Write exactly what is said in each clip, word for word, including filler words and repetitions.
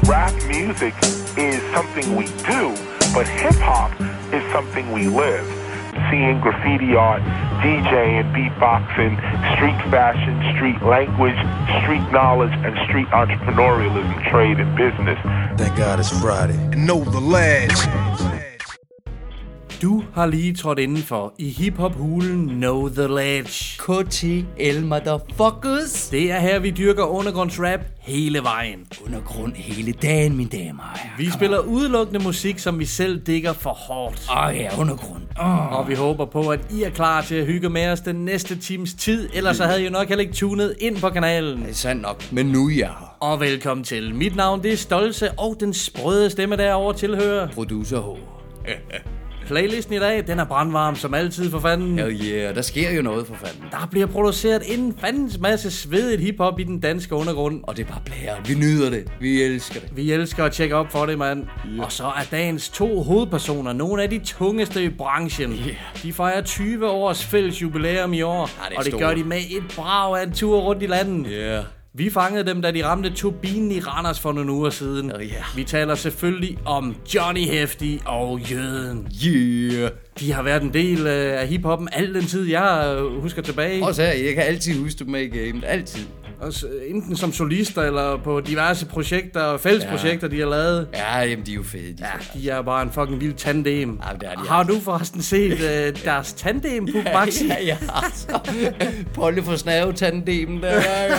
rap music is something we do, but hip-hop is something we live. Seeing graffiti art, DJing, beatboxing, street fashion, street language, street knowledge, and street entrepreneurialism, trade, and business. Thank God it's Friday. And know the lads. Du har lige trådt indenfor i hiphop-hulen Know The Ledge. K T L motherfuckers. Det er her, vi dyrker undergrundsrap hele vejen. Undergrund hele dagen, mine damer og herrer. Vi spiller udelukkende musik, som vi selv digger for hårdt. Åh oh, ja, undergrund. Oh. Og vi håber på, at I er klar til at hygge med os den næste times tid. Ellers så havde I jo nok heller ikke tunet ind på kanalen. Det er sandt nok, men nu er jeg her. Og velkommen til. Mit navn det er Stolse, og den sprøde stemme derovre tilhører Producer H. Playlisten i dag, den er brandvarm som altid for fanden. Hell yeah, der sker jo noget for fanden. Der bliver produceret en fandens masse svedigt hiphop i den danske undergrund. Og det er bare blære. Vi nyder det. Vi elsker det. Vi elsker at tjekke op for det, mand. Yeah. Og så er dagens to hovedpersoner nogle af de tungeste i branchen. Yeah. De fejrer tyve års fælles jubilæum i år. Ja, det og det stort. gør de med et brag af en tur rundt i landet. Yeah. Vi fangede dem, da de ramte turbinen i Randers for nogle uger siden. Oh, yeah. Vi taler selvfølgelig om Johnny Hefti og Jøden. Yeah. De har været en del af hiphoppen al den tid, jeg husker tilbage. Også her, jeg kan altid huske dem med i gamet. Altid. Også, enten som solister eller på diverse projekter, fællesprojekter, ja. De har lavet. Ja, jamen, de er jo fede. De, ja, de er bare en fucking vild tandem. Ja, det er de, har du forresten set uh, deres tandem, Puk Maxi? Ja, ja, altså. Polle for snave tandemen der.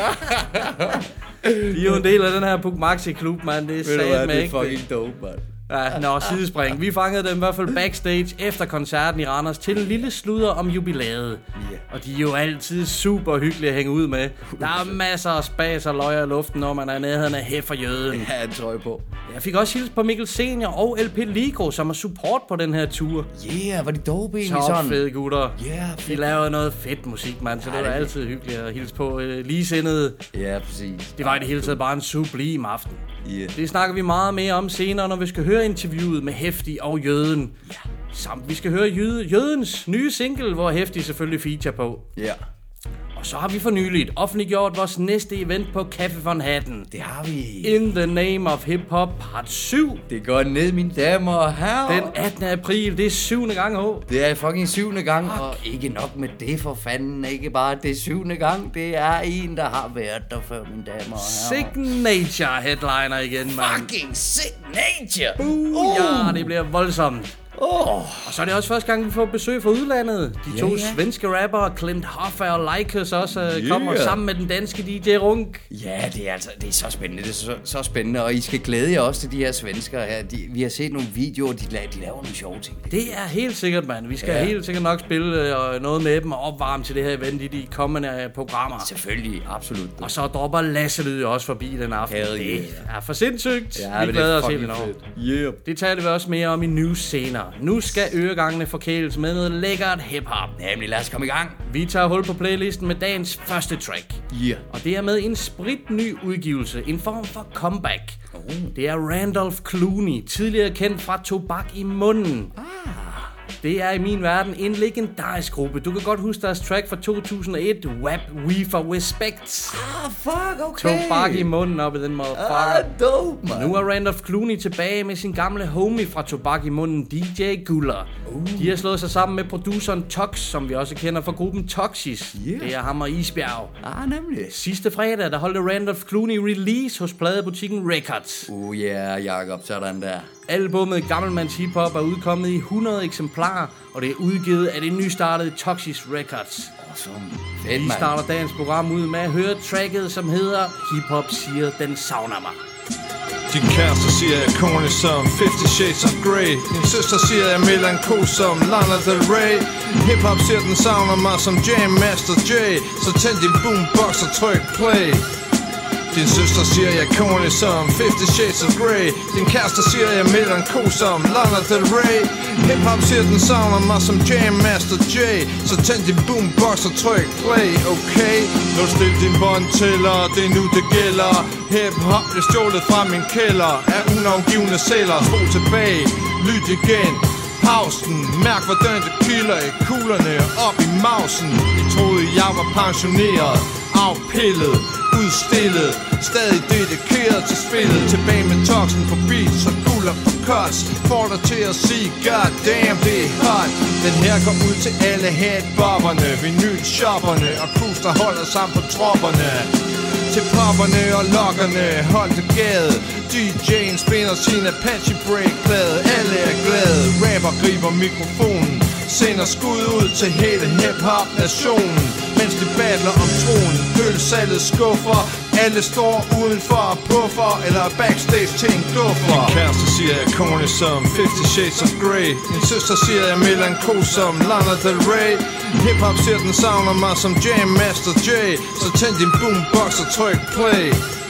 De er jo en del af den her Puk Maxi klub, mand. Det er sat med ikke. Det er fucking dope, mand. Ja, nå, sidespring. Vi fangede dem i hvert fald backstage efter koncerten i Randers til en lille sludder om jubilæet. Yeah. Og de er jo altid super hyggelige at hænge ud med. Der er masser af spas og løjer i luften, når man er nærheden af Hef og Jøden. Ja, det tror jeg på. Jeg fik også hilse på Mikkel Senior og L P Ligro, som er support på den her tur. Yeah, var de dope egentlig sådan? Så fede gutter. Yeah, de lavede noget fedt musik, mand, så ja, det var det altid det. Hyggeligt at hilse på øh, ligesindede. Ja, præcis. Det var i det hele taget bare en sublim aften. Yeah. Det snakker vi meget mere om senere, når vi skal høre interviewet med Hefti og Jøden. Ja. Samt vi skal høre Jøde, Jødens nye single, hvor Hefti selvfølgelig feature på. Ja. Og så har vi for nyligt offentliggjort vores næste event på Café von Hatten. Det har vi. In the Name of Hip Hop part syv. Det går ned, mine damer og herrer. Den attende april, det er syvende gang, H. Det er fucking syvende gang, Fuck. Og ikke nok med det for fanden. Ikke bare det syvende gang, det er en, der har været der før, mine damer og herrer. Signature headliner igen, mand. Fucking signature. Uh, uh. Ja, det bliver voldsomt. Oh. Og så er det også første gang, vi får besøg fra udlandet. De yeah, to yeah. svenske rappere, Clint Hoffa og Lycus, også yeah. kommer sammen med den danske D J Runk. Ja, det er altså det er så spændende. Det er så, så spændende, og I skal glæde jer også til de her svenskere her. De, vi har set nogle videoer, de, la- de laver nogle sjove ting. Det er helt sikkert, mand. Vi skal ja. helt sikkert nok spille øh, noget med dem og opvarme til det her event i de kommende øh, programmer. Selvfølgelig, absolut. Og så dropper Lasse Lyd også forbi den aften. Hell yeah. Det er for sindssygt. Ja, vi glæder os helt enormt. Yeah. Det taler vi også mere om i news senere. Nu skal øregangene forkæles med noget lækkert hiphop. Nemlig, lad os komme i gang. Vi tager hul på playlisten med dagens første track. Yeah. Og det er med en spritny udgivelse. En form for comeback. Oh. Det er Randolph Clooney, tidligere kendt fra Tobak i Munden. Ah. Det er i min verden en legendarisk gruppe. Du kan godt huske deres track fra to tusind og et, W A P We for Respect. Ah, fuck, okay. Tobak i munden op i den motherfucker. Ah, dope, man. Nu er Randolph Clooney tilbage med sin gamle homie fra Tobak i Munden, D J Guller. Uh. De har slået sig sammen med produceren Tox, som vi også kender fra gruppen Toxis. Yeah. Det er ham og Isbjerg. Ah, nemlig. Sidste fredag, der holdt Randolph Clooney release hos pladebutikken Records. Uh, ja, yeah, Jacob, sådan der. Albummet Gammelmands Hiphop er udkommet i hundrede eksemplarer, og det er udgivet af det nystartede Toxis Records. Awesome. Fedt, Vi man. starter dagens program ud med at høre tracket, som hedder Hiphop siger, den savner mig. Din kæreste siger, jeg er corny som Fifty Shades of Grey. Din søster siger, jeg er melankol som Lana Del Rey. Hip-hop siger, den savner mig som Jam Master Jay. Så tænd din boombox og tryk play. Din søster siger, jeg er corny som Fifty Shades of Grey. Din kæreste siger, jeg er melankol som Lana Del Rey. Hip-hop siger, den savner mig som Jam Master Jay. Så tænd din boombox og tryk play, okay? Nu stil din båndtæller, det er nu det gælder. Hip-hop bliver stjålet fra min kælder af unavngivende sæler. Spol tilbage, lyt igen. Pausen, mærk hvordan det kilder i kuglerne op i mausen. I troede jeg var pensioneret, afpillet, udstillet. Stadig dedikeret til spillet. Tilbage med toksen på beats og Guller på cuts. Får dig til at sige god damn, det er hot. Den her går ud til alle hatbobberne, vinylshopperne og crews der holder sammen på tropperne. Til popperne og lokkerne, hold det gade. D J'en spiller sin Apache Break-plade. Alle er glade, rapper griber mikrofonen. Sender skud ud til hele hip-hop-nationen. Mens de battler om tronen, ølsalget skuffer. Alle står udenfor og puffer, eller backstage til en duffer. Din kæreste siger jeg er corny som Fifty Shades of Grey. Min søster siger jeg er melanko som Lana Del Rey. Hip-hop siger den savner mig som Jam Master Jay. Så tænd din boombox og tryk play.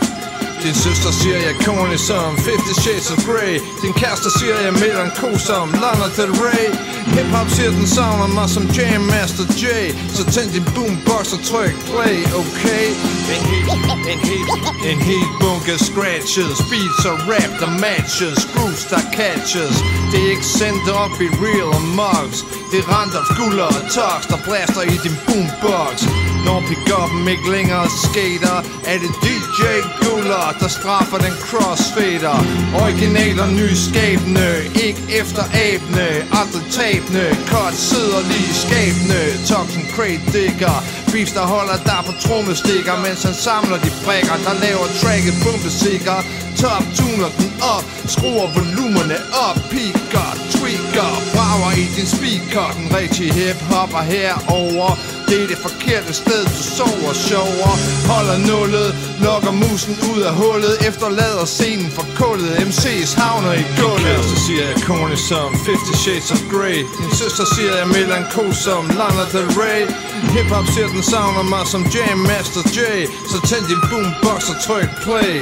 Din søster siger jeg er corny som Fifty Shades of Grey. Din kæreste siger jeg er melanko som Lana Del Rey. Hip-hop siger den savner mig som Jam Master Jay. Så tænd din boombox og tryk play, okay? En helt, en helt, en helt bunke scratches, beats og rap der matches, grooves der catches. Det er ikke sendt op i real og mugs. Det er Randolph, Guller og Tox der blaster i din boombox. Når pick-up'en ikke længere skater, er det D J Guller der straffer den crossfader. Original og nyskabende, ikke efter abne, aldrig tabende. Cut sidder lige i skabene, Toxen crate digger. Beefs der holder der på trommestikker, mens han samler de brækker, der laver tracket bombesikker. Top tuner den op, skruer volumerne op, piker, tweaker, brager i din speaker. Den rigtige hip-hopper herover. Det er det forkerte sted, du sover sjover. Holder nullet, lokker musen ud af hullet. Efterlader scenen for kullet, M C's havner i gulvet. Din kæreste siger jeg er corny som Fifty Shades of Grey. Din søster siger jeg er melanko som Lana Del Rey. Hip-hop siger den savner mig som Jam Master Jay. Så tænd din boombox og tryk play.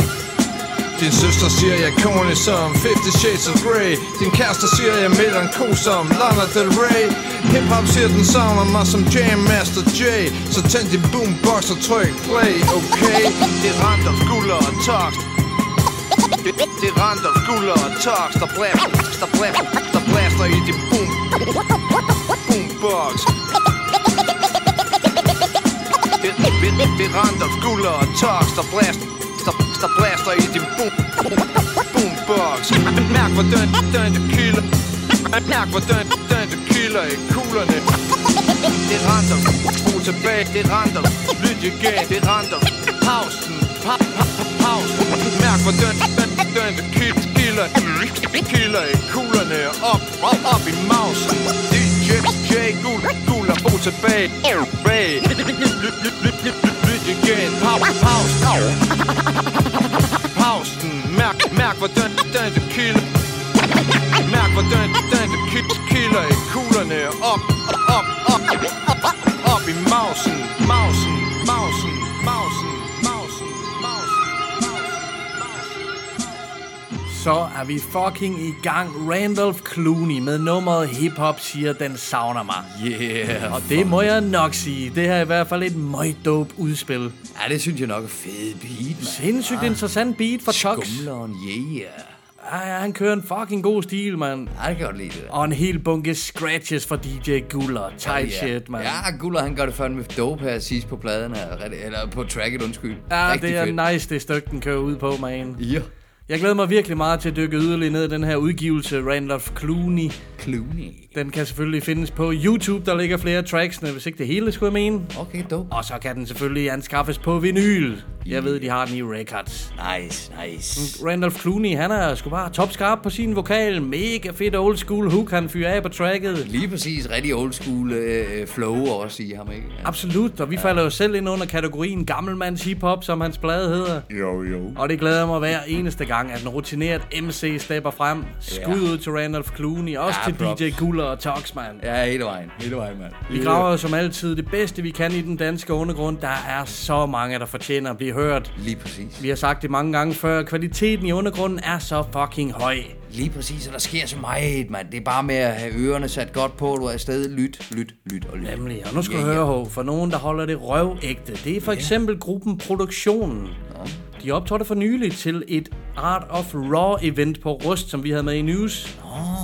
Din søster siger jeg er corny som Fifty Shades of Grey. Din kæreste siger jeg er melanko som Lana Del Rey. Hip-hop siger den savner mig som Jam Master Jay. Så tænd din boombox og tryk play, okay? Det er Randolph, Guller og Tox. Det er Randolph, Guller og Tox der blaster, der blaster, der blaster i din boom boombox. Det er Randolph, Guller og Tox der blaster, der blaster i din boom boombox. Mærk hvordan den der kilder. Mærk hvordan den der kilder i kuglerne. Det er Randolph, brug tilbage. Det er Randolph, lyt igen. Det er Randolph, pausen, pa pa pausen. Mærk hvordan den den der kilder, kilder i kuglerne. Op, op, op i mausen. D J Guller, Guller, brug tilbage. Ray, lyt igen. Pausen. Pausen. Mærk, mærk hvordan den der kilder. Mærk hvordan den der kilder i kuglerne. Op, op, op, op, op, op i mausen. Mausen, mausen, mausen, mausen, mausen. Så er vi fucking i gang. Randolph Clooney med nummeret Hip Hop siger den savner mig. Yeah. Og det må jeg nok sige. Det her er i hvert fald et meget dope udspil. Ja, det synes jeg nok er fed beat, man. Sindssygt ja. interessant beat for Tox. Skumleren, yeah. Ja, ja, han kører en fucking god stil, mand. Ja, det kan godt lide det. Og en hel bunke scratches for D J Guller. Tight oh, yeah. shit, mand. Ja, Guller, han gør det fandme dope her sidst på pladen her. Eller på tracket, undskyld. Ja, rigtig det er fedt. nice, det stykke, den kører ud på, man. Ja. Jeg glæder mig virkelig meget til at dykke yderligere ned i den her udgivelse, Randolph Clooney. Clooney. Den kan selvfølgelig findes på YouTube, der ligger flere tracksene, hvis ikke det hele skulle jeg mene. Okay, dope. Og så kan den selvfølgelig anskaffes på vinyl. Jeg ved, de har den i Records. Nice, nice. Randolph Clooney, han er sgu bare topskarp på sin vokal. Mega fedt old school hook, han fyrer af på tracket. Lige præcis, rigtig old school øh, flow også i ham, ikke? Ja. Absolut, og vi falder jo selv ind under kategorien gammelmands hiphop, som hans plade hedder. Jo, jo. Og det glæder mig hver eneste gang, at en rutineret M C stepper frem. Skud ud til Randolph Clooney, også ja, til props. D J Guller og Tox, man. Ja, hele vejen, hele vejen, mand. Vi graver jo som altid det bedste, vi kan i den danske undergrund. Der er så mange, der fortjener at blive hørt. Lige præcis. Vi har sagt det mange gange før, kvaliteten i undergrunden er så fucking høj. Lige præcis, og der sker så meget, mand. Det er bare med at have ørerne sat godt på, du er afsted. Lyt, lyt, lyt og lyt. Nemlig, og nu skal yeah, du høre, yeah. for nogen, der holder det røvægte. Det er for yeah. eksempel gruppen Produktionen. Ja. De optrådte for nylig til et Art of Raw event på Rust, som vi havde med i News. Åh,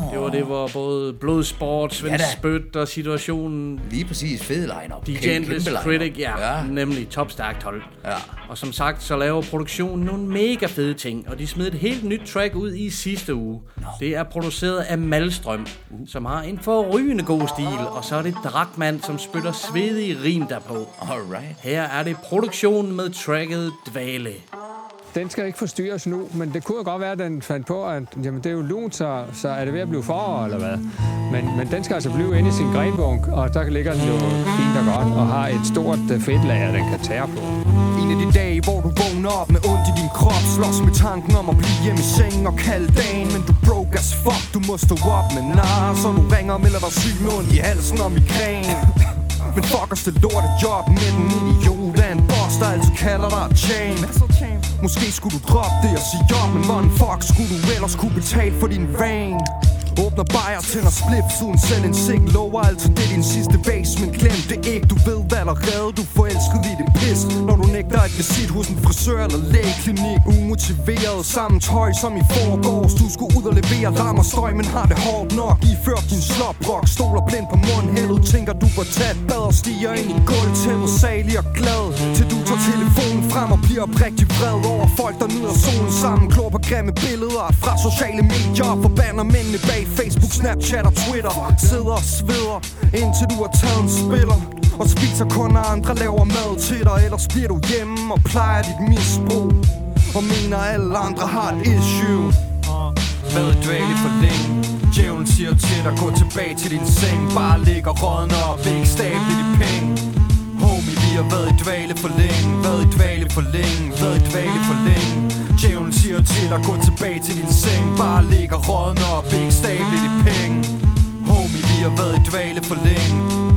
Det var det, hvor både blodsport, svensk Ja spyt og situationen... Lige præcis, fed line-up. D J Endless Critic, ja, ja, nemlig topstærkt hold. Ja. Og som sagt, så laver produktionen nogle mega fede ting, og de smed et helt nyt track ud i sidste uge. No. Det er produceret af Malstrøm, uh. som har en forrygende god stil, og så er det Drachmann, som spytter svedige rim derpå. Alright. Her er det produktionen med tracket Dvale. Den skal ikke forstyrres nu, men det kunne jo godt være, at den fandt på, at jamen, det er jo lunt, så, så er det ved at blive forår, eller hvad. Men, men den skal altså blive inde i sin grenbunk, og der ligger den jo fint og godt, og har et stort fedtlager, den kan tære på. En af de dage, hvor du vågner op med ondt i din krop, slås med tanken om at blive hjemme i sengen og kalde dagen, men du broke as fuck, du må stå op med nar, så du ringer og melder dig syg med ondt i halsen og migræn. Men fuck os det lorte job med den idiot af en boss, der altid kalder dig chain. Måske skulle du droppe det og sige job, men hvordan fuck skulle du ellers kunne betale for din van? Åbner bajer, tænder spliff, uden selv en sing. Lover altid det er din sidste base, men glem det ikke. Du ved allerede, du får elsket i det pis. Når du nægter et visit hos en frisør eller lægeklinik. Umotiveret, samme tøj som i forgårs. Du skulle ud og levere larm og støj, men har det hårdt nok. Iført din slåbrok, stoler blind på mundhældet. Tænker du var tæt, bad og stiger ind i gulvtæppet. Salig og glad, til du tager telefonen frem og bliver oprigtig vred over folk, der nyder solen sammen. Klor på grimme billeder fra sociale medier. Forbander mændene bag Facebook, Snapchat og Twitter. Sidder og sveder, indtil du har taget en spiller. Og spiser kun af andre, laver mad til dig. Ellers bliver du hjemme og plejer dit misbrug. Og mener alle andre har et issue. Været i dvale for længe. Djævlen siger til dig, gå tilbage til din seng. Bare ligge og rådne op, ikke stable de penge. Homie, vi har været i dvale for længe. Været i dvale for længe, været i dvale for længe. Djævlen siger til dig, gå tilbage til din seng. Bare ligge og rådne op, ikke stable de penge. Homie, vi har været i dvale for længe.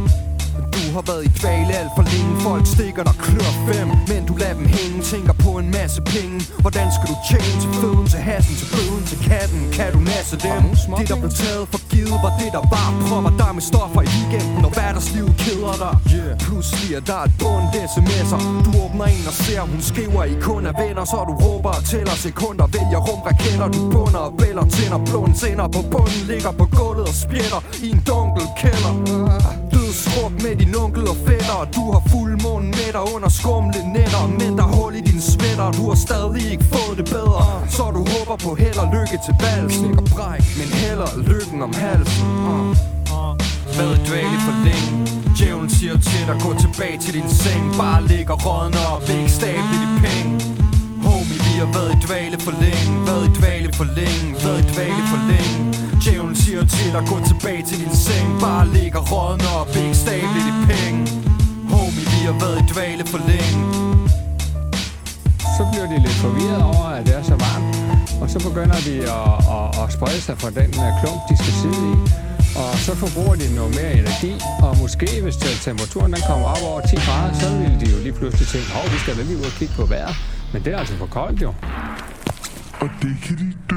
Du har været i dvale alt for længe. Folk stikker der klør fem, men du lader dem hænge. Tænker på en masse penge. Hvordan skal du tjene til føden, til hassen, til bøden, til katten? Kan du nasse dem? Det der blev taget for givet var det der var. Propper dig med stoffer i weekenden, og hverdagslivet keder dig. Pludselig er der et bund sms'er. Du åbner en og ser, hun skriver I kun er venner. Så du råber og tæller sekunder, vælger rumraketter. Du bunder og bæller, tænder blåen, sender på bunden. Ligger på gulvet og spjætter i en dunkel kælder. Dødsruk med din onkel og fætter. Du har fuldmånen med dig under skumle nætter. Men der er hul i dine sweater. Du har stadig ikke fået det bedre. Så du håber på held og lykke til valg. Snik og bræk, men heller lykken om halsen. uh. uh. Været i dvale for længe. Djævlen siger til dig, gå tilbage til din seng. Bare ligge og rådne op, ikke stable de penge. Homie, vi har været i dvale for længe. Været i dvale for længe, været i dvale for længe. Djævlen siger til dig, gå tilbage til din seng. Bare ligge og rådne op, ikke stable de penge. Homie, vi har været i dvale for længe. Så bliver de lidt forvirret over, at det er så varmt. Og så begynder de at, at, at sprede sig fra den klump, de skal sidde i. Og så forbruger de noget mere energi. Og måske, hvis temperaturen den kommer op over ti grader, så vil de jo lige pludselig tænke, hov, vi skal da lige ud og kigge på vejret. Men det er altså for koldt jo. Og det kan de dø.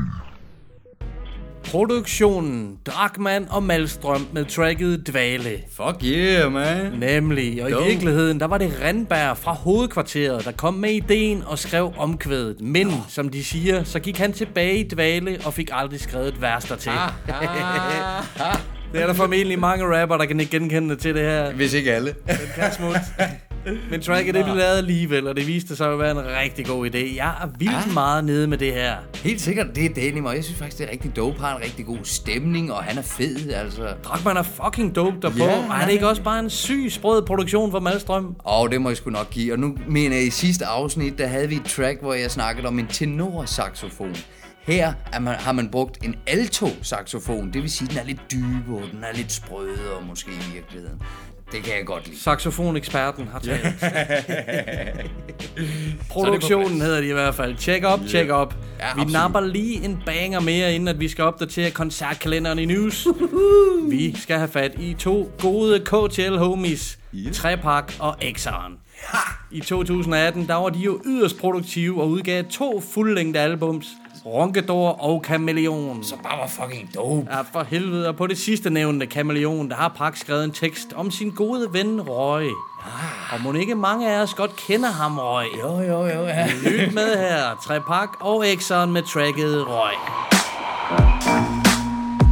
Produktionen Drachmann og Malstrøm med tracket Dvale. Fuck yeah, man. Nemlig, og i virkeligheden, der var det Randberg fra hovedkvarteret, der kom med ideen og skrev omkvædet. Men, som de siger, så gik han tilbage i dvale og fik aldrig skrevet et vers dertil. Det er der formentlig mange rapper, der kan ikke genkende til det her. Hvis ikke alle. Den kan smutte. Men tracket det blev lavet alligevel, og det viste sig at være en rigtig god idé. Jeg er vildt ah. meget nede med det her. Helt sikkert, det er Denim, og jeg synes faktisk, det er rigtig dope. Har en rigtig god stemning, og han er fed, altså. Drachmann er fucking dope derpå. Yeah, og er det ikke også bare en syg sprød produktion for Malstrøm? Åh, oh, det må jeg sgu nok give. Og nu mener jeg, i sidste afsnit, der havde vi et track, hvor jeg snakkede om en tenorsaxofon. Her er man, har man brugt en alto-saxofon. Det vil sige, at den er lidt dybe, og den er lidt sprødere måske i virkeligheden. Det kan jeg godt lide. Saxofoneksperten har talt. Produktionen hedder de i hvert fald. Check up, yeah. check up. Ja, vi absolut. napper lige en banger mere, inden at vi skal opdatere koncertkalenderen i news. Vi skal have fat i to gode K T L-homies. Yeah. Trepak og Exxon. I to tusind atten, der var de jo yderst produktive og udgav to fuldlængde albums. Ronkedor og Kameleon. Som bare var fucking dope. Ja, for helvede. Og på det sidste nævnte Kameleon, der har Pak skrevet en tekst om sin gode ven Roy. Ah. Og må ikke mange af os godt kender ham, Roy? Jo, jo, jo, ja. Lyt med her. Trepak og Exxon med tracket Roy.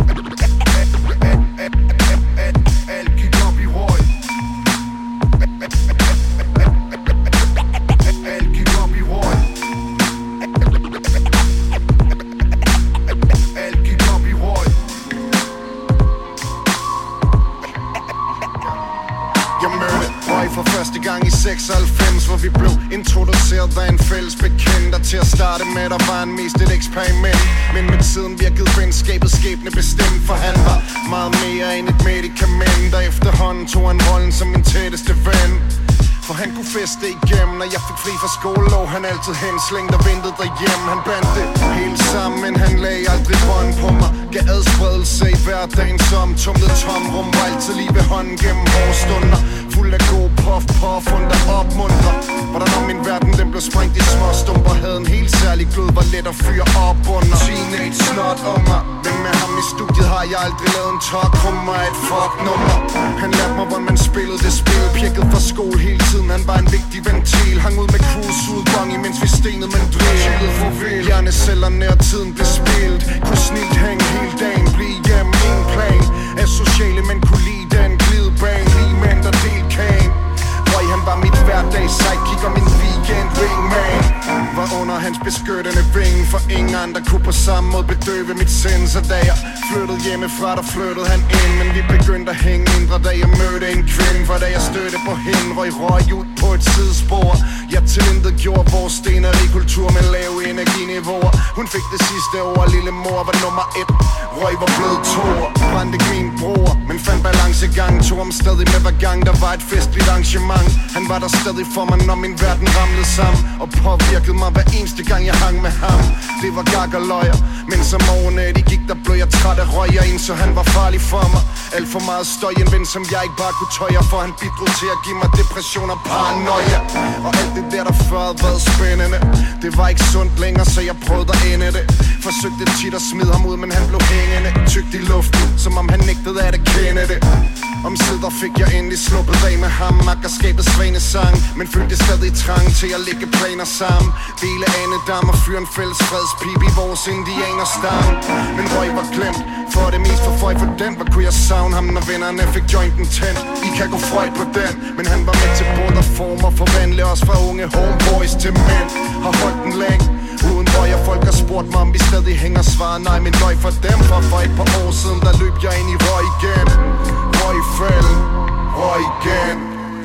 Høj for første gang i seksoghalvfems, hvor vi blev introduceret af en fælles bekendt. Og til at starte med, der var han mest et eksperiment, men med tiden virkede venskabet skæbne bestemt. For han var meget mere end et medikament, og efterhånden tog han rollen som min tætteste ven. For han kunne feste igennem, når jeg fik fri fra skole, lå han altid henslængt og ventede derhjemme. Han bandt det hele sammen, men han lagde aldrig bånd på mig. Gav adspredelse i hverdagen som tumlet tomrum. Var altid lige ved hånden gennem hårde stunder, fuld af god puff, puff, under opmuntre. Hvordan om min verden den blev sprængt i små stumper, havde en helt særlig glød, var let at fyre op under. Teenage snot om mig, men med ham i studiet har jeg aldrig lavet en talk. Rummer af et fuck-nummer. Han lærte mig, hvordan man spillede det spil, pjekket fra skole hele tiden. Han var en vigtig ventil, hang ud med cruise udgang, imens vi stenede, men drillede for vildt. Hjernecellerne nær tiden blev spildt, kunne snilt hænge hele dagen, blive hjemme, ingen plan. Er sociale, men kunne lide den glidebane, lige mænd der del kagen. Roy, han var mit hverdags sidekick og min weekend wingman. Var under hans beskyttende vinge, for ingen andre kunne på samme måde bedøve mit sind. Så da jeg flyttede hjemmefra, der flyttede han ind, men vi begyndte at hænge mindre, da jeg mødte en kvinde. For da jeg stødte på hende, røg røg ud på et sidespor. Jeg tilintet gjorde vores stenerikultur med lave energiniveauer. Hun fik det sidste ord, lille mor var nummer et. Røg var blevet toer, brændte min bror, men fandt balancegang. Tog ham stadig med hver gang, der var et festligt arrangement. Han var der stadig for mig, når min verden ramlede sammen, og påvirkede mig hver eneste gang jeg hang med ham. Det var gak og løjer, men som årene de gik, der blev jeg træt af røg. Jeg indså han var farlig for mig. Alt for meget støj, en ven som jeg ikke bare kunne tøje, for han bidrog til at give mig depression og paranoia. Og alt det der, der før havde været spændende, det var ikke sundt længere, så jeg prøvede at ende det. Forsøgte tit at smide ham ud, men han blev hængende tykt i luften, som om han nægtede at erkende det. Omsider fik jeg endelig sluppet af med ham, makkerskabets svanesang, men følte stadig trang til at lægge planer sammen. Dele anedam og fyre en fælles fredspip i vores indianerstamme. Men Røg var glemt, for det mest for føj for den, hvor kunne jeg savne ham, når vennerne fik jointen tændt. I kan gå frøjt på den, men han var med til både at forme og forvandle os fra unge homeboys til mænd. Har holdt den længe, uden hvor jeg folk har spurgt mig, om vi stadig hænger svar. Nej, men løg for dem, for for et par år siden, der løb jeg ind i Røg igen. Røg i fælden, Røg igen.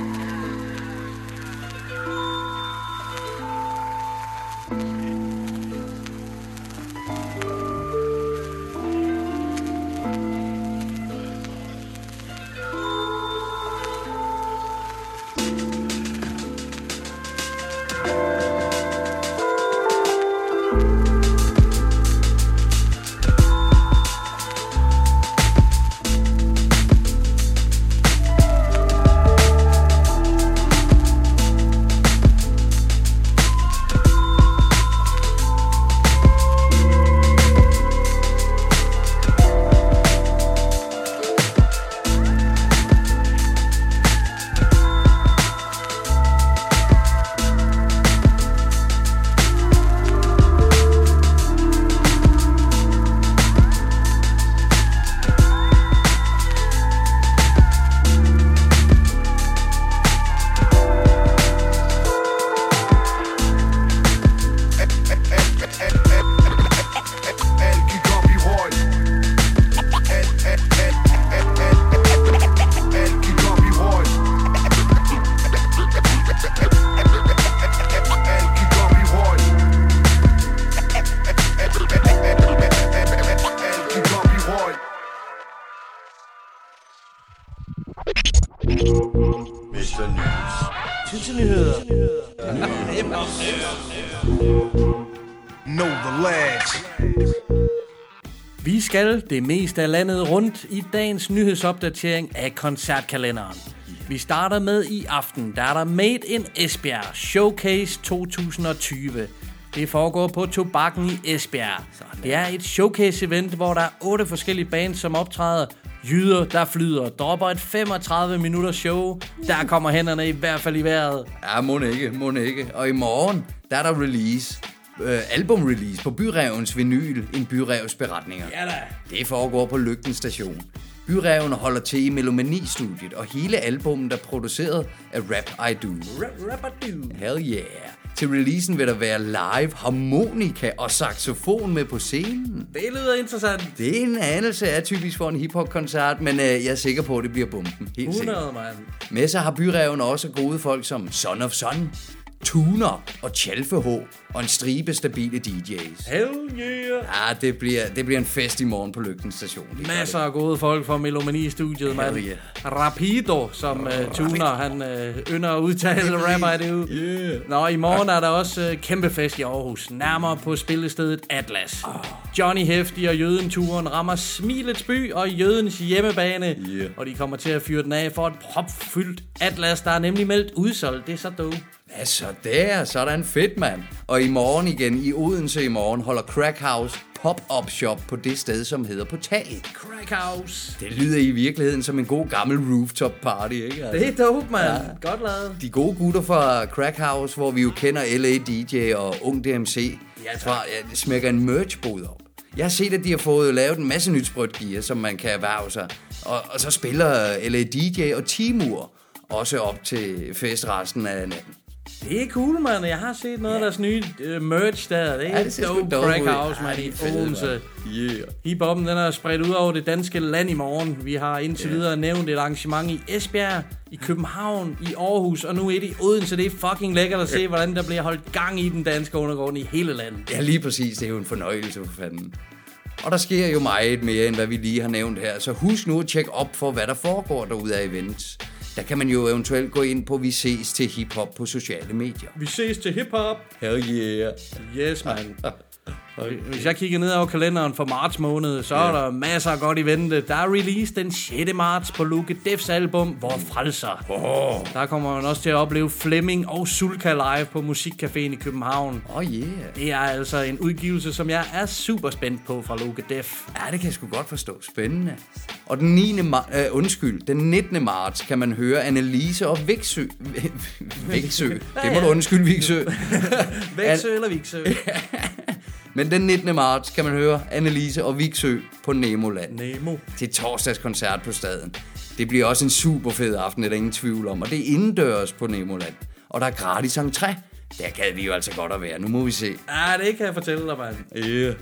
Vi skal det meste af landet rundt i dagens nyhedsopdatering af koncertkalenderen. Vi starter med i aften, der er der Made in Esbjerg Showcase to tusind og tyve. Det foregår på Tobakken i Esbjerg. Det er et showcase-event, hvor der er otte forskellige bands, som optræder. Jyder, der flyder, dropper et femogtredive minutter show. Der kommer hænderne i hvert fald i vejret. Ja, må ikke, må ikke. Og i morgen, der er der release. Øh, album-release på Byrevens vinyl, en Byrevs beretninger. Ja da. Det foregår på Lygten Station. Byreven holder til i Melomani-studiet, og hele albummet er produceret af Rap I Do. Rap, rap I Do. Hell yeah. Til releasen vil der være live harmonika og saxofon med på scenen. Det lyder interessant. Det er en anelse atypisk for en hiphop-koncert, men øh, jeg er sikker på, at det bliver bomben. Helt sikkert. hundrede, mand. Med sig har Byreven også gode folk som Son of Sun, Tuner og Chalfe H og en stribe stabile D J's. Hell yeah! Ja, det bliver, det bliver en fest i morgen på Lygten Station. Det Masser af gode folk fra Melomani i studiet, mand. Yeah. Rapido, som uh, Tuner, han uh, ynder at udtale rapper det ud. Yeah. Nå, i morgen er der også uh, kæmpe fest i Aarhus, nærmere på spillestedet Atlas. Oh. Johnny Hefti og Jødenturen rammer Smilets by og Jødens hjemmebane, yeah. og de kommer til at fyre den af for et propfyldt Atlas, der er nemlig meldt udsolgt. Det er så dope. Hvad så der? Så er der en fedt, mand. Og i morgen igen, i Odense i morgen, holder Crack House pop-up shop på det sted, som hedder På Taget. Crack House. Det lyder i virkeligheden som en god gammel rooftop party, ikke? Altså. Det er dope, mand. Ja. Godt lavet. De gode gutter fra Crack House, hvor vi jo kender L A D J og Ung D M C, ja, fra, ja, smækker en merch-bod op. Jeg har set, at de har fået lavet en masse nyt sprødt gear, som man kan erhverve sig. Og, og så spiller L A D J og Timur også op til fest resten af natten. Det er cool, mand. Jeg har set noget af deres nye uh, merch der. Det er ja, det dope Crack House, mand, i Odense. Yeah. Hip-hoppen, den er spredt ud over det danske land i morgen. Vi har indtil yeah. videre nævnt et arrangement i Esbjerg, i København, i Aarhus, og nu et i Odense. Det er fucking lækkert at se, hvordan der bliver holdt gang i den danske undergrund i hele landet. Ja, lige præcis. Det er jo en fornøjelse for fanden. Og der sker jo meget mere, end hvad vi lige har nævnt her. Så husk nu at tjekke op for, hvad der foregår derude af events. Der kan man jo eventuelt gå ind på Vi Ses til Hiphop på sociale medier. Vi ses til hiphop. Hell yeah. Yes, man. Hvis jeg kigger ned over kalenderen for marts måned, så yeah. er der masser af godt i vente. Der er release den sjette marts på Luke Defs album, Vor Frelser. Oh. Der kommer man også til at opleve Flemming og Sulka live på Musikcaféen i København. Oh yeah. Det er altså en udgivelse, som jeg er super spændt på fra Luke Def. Ja, det kan jeg sgu godt forstå. Spændende. Og den niende mar- øh, undskyld, den nittende marts kan man høre Annelise og Viksø. Viksø. Det må du undskylde, Viksø. Viksø eller Viksø. Men den nittende marts kan man høre Annelise og Viksø på Nemoland. Nemo. Til torsdagskoncert på Staden. Det bliver også en super fed aften, det er ingen tvivl om. Og det er indendørs på Nemoland. Og der er gratis entré. Der gad vi jo altså godt at være. Nu må vi se. Ja, det kan jeg fortælle dig, mand. Yeah.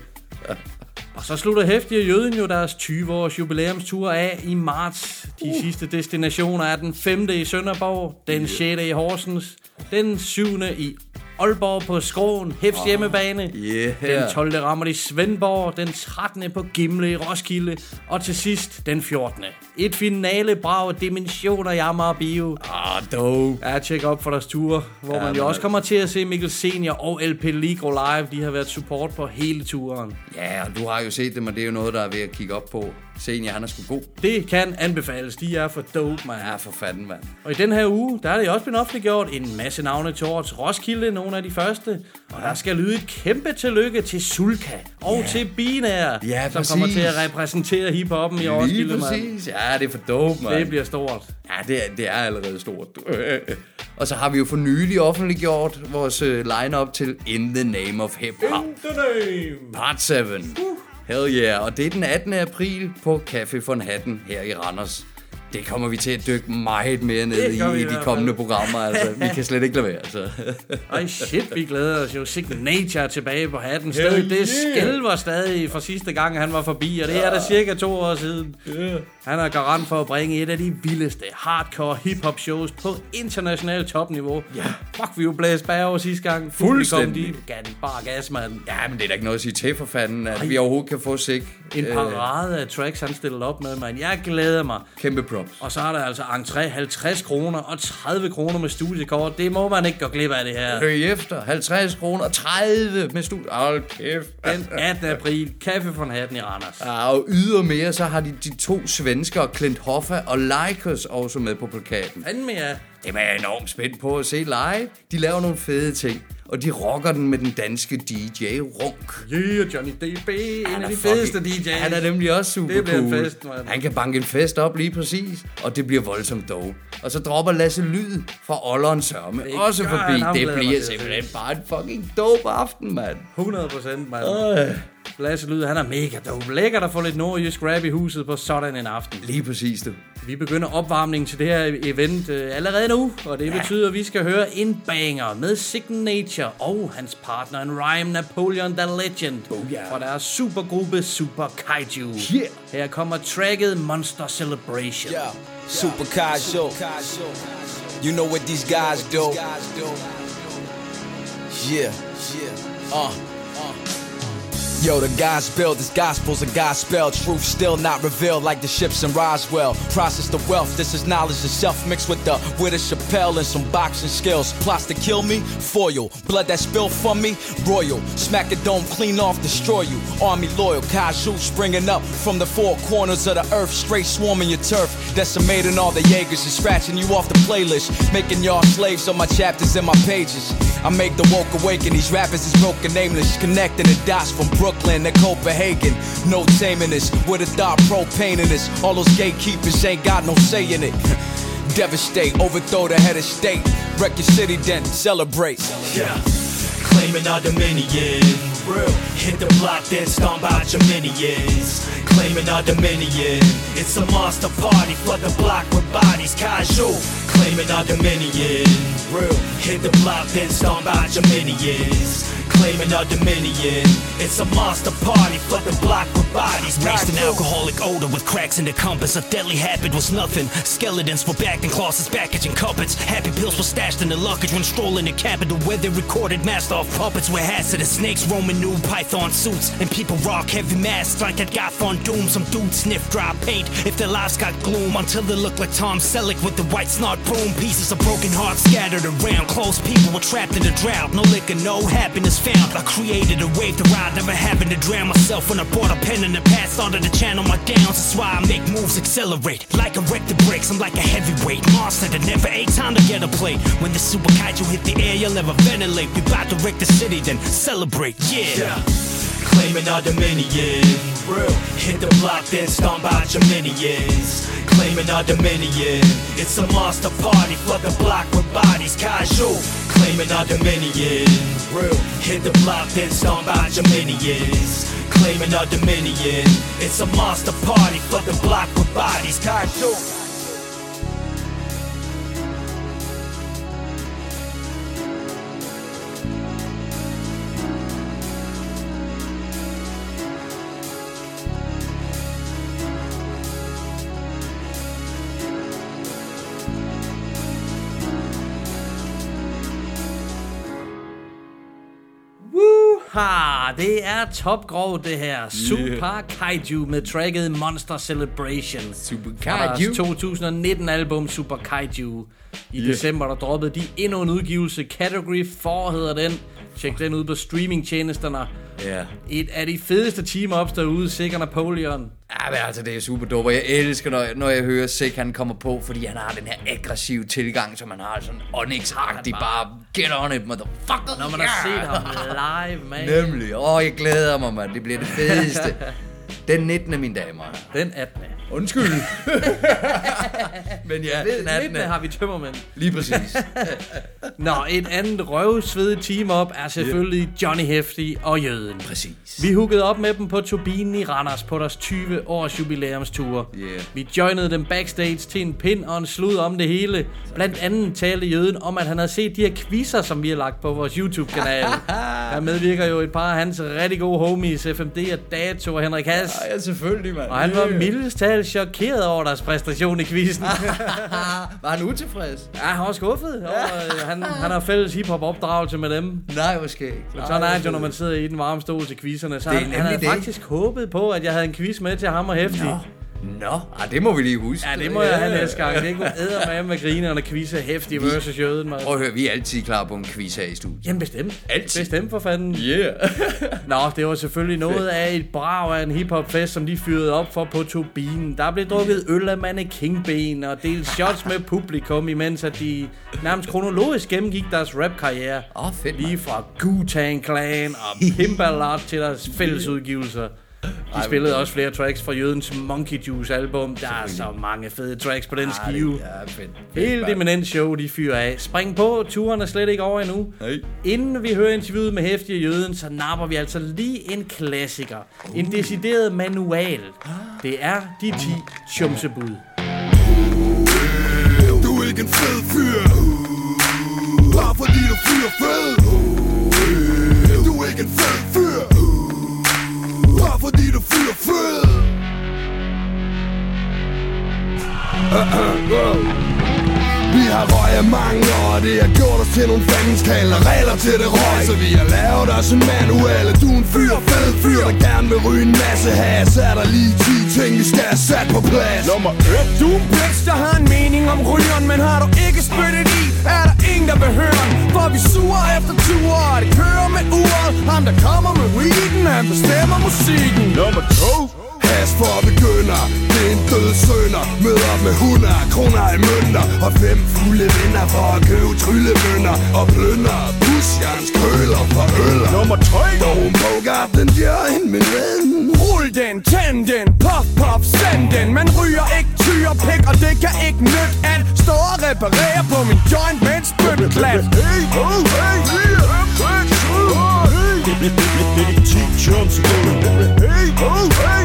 Og så slutter Hefti og Jøden jo deres tyve års jubilæumstur af i marts. De uh. sidste destinationer er den femte i Sønderborg, den yeah. sjette i Horsens, den syvende i Aalborg på Skråen, Hefs oh. hjemmebane. Yeah. Den tolvte rammer de Svendborg, den trettende på Gimle i Roskilde, og til sidst den fjortende Et finale brag dimensioner i Amager Bio. Ah, dope. Ja, tjek op for deres ture, hvor ja, man jo også kommer til at se Mikkel Senior og L P Ligro live. De har været support på hele turen. Ja, og du har jo set dem, og det er jo noget, der er ved at kigge op på. Senior, han er sgu god. Det kan anbefales. De er for dope, man. Ja, for fanden, mand. Og i den her uge, der er det også blevet offentliggjort en masse navne til årets Roskilde, nogle af de første. Og der skal lyde et kæmpe tillykke til Sulka og ja. til Binær, ja, som kommer til at repræsentere hiphoppen i Roskilde, mand. Præcis. Ja, det er for dope, mand. Det bliver stort. Ja, det er, det er allerede stort. Og så har vi jo for nylig offentliggjort vores line-up til In the Name of Hip Hop. In the Name. Part syv. Uh. Hell yeah, og det er den attende april på Café von Hatten her i Randers. Det kommer vi til at dykke meget mere ned i i de kommende programmer, altså. Vi kan slet ikke lade være, altså. Ej shit, vi glæder os jo. Signature tilbage på Hatten. Stadig, det skælver stadig fra sidste gang, han var forbi, og det er der cirka to år siden. Han er garant for at bringe et af de vildeste hardcore hip-hop shows på internationalt topniveau. Ja. Fuck, vi jo blæst bagover sidste gang. Fuldstændig. De gav den bare gas, mand. Ja, men det er da ikke noget at sige til for fanden, at Ej. vi overhovedet kan få sig. En parade af tracks, han stiller op med, mand. Jeg glæder mig. Kæmpe props. Og så er der altså entré halvtreds kroner og tredive kroner med studiekort. Det må man ikke gå glip af, det her. Hør efter. halvtreds kroner og tredive med studiekort. Hold kæft. Den attende april. Café von Hatten i Randers. Ja, og ydermere så har de de to svenskere, Clint Hoffa og Lycos, også med på plakaten. Anden mere. Det er jeg enormt spændt på at se live. De laver nogle fede ting. Og de rocker den med den danske D J Runk. Yeah, Johnny D B, en af de fedeste D J's. Han er nemlig også super det bliver cool. En fest, man. Han kan banke en fest op lige præcis, og det bliver voldsomt dope. Og så dropper Lasse Lyd fra Olleren Sørme også forbi. Det bliver simpelthen bare en fucking dope aften, mand. hundrede procent, mand. Lasse Lyd, han er mega dope. Lækkert at få lidt nordjysk rap i huset på sådan en aften. Lige præcis, du. Vi begynder opvarmningen til det her event øh, allerede nu, og det ja. betyder, at vi skal høre en banger med Signature og hans partner in rhyme, Napoleon the Legend, oh, yeah. fra deres supergruppe Super Kaiju. Yeah. Her kommer tracket Monster Celebration. Yeah. Super Kaiju. You know what these guys do. Yeah. Uh. Yo, the gospel, this gospel's a gospel. Truth still not revealed like the ships in Roswell. Process the wealth, this is knowledge itself mixed with the with a Chappelle and some boxing skills. Plots to kill me, foil. Blood that spilled from me, royal. Smack a dome, clean off, destroy you. Army loyal, Kaiju springing up from the four corners of the earth. Straight swarming your turf, decimating all the Jaegers and scratching you off the playlist. Making y'all slaves on my chapters and my pages. I make the woke awaken, these rappers is broken nameless. Connecting the dots from Brooklyn to Copenhagen. No taming this, with a dark propane in this. All those gatekeepers ain't got no say in it. Devastate, overthrow the head of state. Wreck your city then, celebrate. Yeah, claiming our dominion. Real. Hit the block then stomp out your minions. Claiming our dominion. It's a monster party, flood the block with bodies. Kaiju, claiming our dominion. Real. Hit the block then stomp out your minions. Claiming our dominion. It's a monster party, flood the block with bodies. Raised an alcoholic odor with cracks in the compass. A deadly habit was nothing. Skeletons were backed in closets, packaging cupboards. Happy pills were stashed in the luggage when strolling the capital, where they recorded master of puppets with hats of the snakes roaming new python suits. And people rock heavy masks like that guy Von Doom. Some dudes sniff dry paint if their lives got gloom, until they look like Tom Selleck with the white snot broom. Pieces of broken hearts scattered around. Close people were trapped in a drought. No liquor, no happiness found. I created a wave to ride, never having to drown myself. When I bought a pen in the past, started to channel my downs. That's why I make moves accelerate. Like a wreck the brakes, I'm like a heavyweight monster that never ate time to get a plate. When the Super Kaiju hit the air, you'll never ventilate. We bout to wreck the city, then celebrate, yeah, yeah. Claiming our dominion. Real. Hit the block, then stomp out your minions. Claiming our dominion. It's a monster party, flood the block with bodies. Kaiju, claiming our dominion. Real. Hit the block, then stomp out your minions. Claiming our dominion. It's a monster party, flood the block with bodies. Kaiju. Ha, det er topgrov det her. Super Kaiju med tracket Monster Celebration. Super Kaiju. to tusind nitten album Super Kaiju. I yeah. december der droppede de endnu en udgivelse. Category fire hedder den. Tjek den ud på streamingtjenesterne. Ja. Et af de fedeste team-ups derude, Sick og Napoleon. Ja, men altså, det er super dope, og jeg elsker, når jeg, når jeg hører Sick, han kommer på, fordi han har den her aggressive tilgang, som han har sådan Onyx-agtig, bare get on it, motherfucker. Når man har set ham live, man. Nemlig. Åh, oh, jeg glæder mig, mand. Det bliver det fedeste. Den nittende, mine damer. Den attende. Undskyld. Men ja, den attende. nittende har vi tømmermænd. Lige præcis. Nå, et andet røvsvedigt team-up er selvfølgelig yeah. Johnny Hefti og Jøden. Præcis. Vi hookede op med dem på turbinen i Randers på deres tyve års jubilæumstur. Yeah. Vi joinede dem backstage til en pind og en slud om det hele. Blandt andet talte Jøden om, at han havde set de her quizzer, som vi har lagt på vores YouTube-kanal. Der medvirker jo et par af hans rigtig gode homies, F M D og Dato og Henrik Hass. Ja, selvfølgelig, mand. Og han var mildest talt chokeret over deres præstation i quizzen. Var han utilfreds? Ja, han var skuffet. Og han, han har fælles hiphop opdragelse med dem. Nej, måske. Men sådan er det jo, når man sidder i den varme stol til quizzerne. Så han, han havde det. faktisk håbet på, at jeg havde en quiz med til ham og Hefti. Nå. Nå, ah, det må vi lige huske. Ja, det må jeg have næste gang. Det kunne æde med grinerne quizze Hefti versus Jøden. Prøv at høre, vi er altid klar på en quiz her i studiet. Jamen bestemt. Altid. Bestemt for fanden. Yeah. Nå, det var selvfølgelig noget af et brag af en hiphopfest, som de fyrede op for på turbinen. Der blev drukket øl af mannequinben og delt shots med publikum, imens at de nærmest kronologisk gennemgik deres rapkarriere. Åh, oh, fedt. Lige fra Wu-Tang Clan og Pimp a Lot til deres fællesudgivelser. De spillede også flere tracks fra Jødens Monkey Juice album. Der er så mange fede tracks på den skive. Ja, fedt. Helt eminent show, de fyrer af. Spring på, turen er slet ikke over endnu. Hey. Inden vi hører interviewet med Heftige Jøden, så napper vi altså lige en klassiker. Uh. En decideret manual. Det er de ti chumsebud. Du er ikke en fed fyr, bare fordi du fyrer fed. Du er ikke en fed fyr, bare fordi du fyrer fed. Vi har røget mange år, og det har gjort os til nogle fandenskald og regler til det røg. Så vi har lavet os en manual, du er en fyr, fed fyr, der gerne vil ryge en masse has. Er der lige ti ting, vi skal have sat på plads. Nummer et. Du er en bitch, der har en mening om rygeren, men har du ikke spyttet i, er der ingen, der vil høre den. For vi suger efter ture, og det kører med uret. Ham, der kommer med weeden, han bestemmer musikken. Nummer to. Has for begynder, det er en død sønder. Mød op med hundrede kroner i mønter, og fem fulde venner for at købe tryllemønter. Og plønder busjerns køler for øller. Nummer tre. Bogen Bogart, den gør en min ven. Rul den, tænd den, puff puff, send den. Man ryger ikke tyre pik, og det kan ikke nytte at stå og reparere på min joint med en spytklat. Hey, oh, hey, yeah, hey, hey, det er de ti chumsebud. Hey, oh, hey,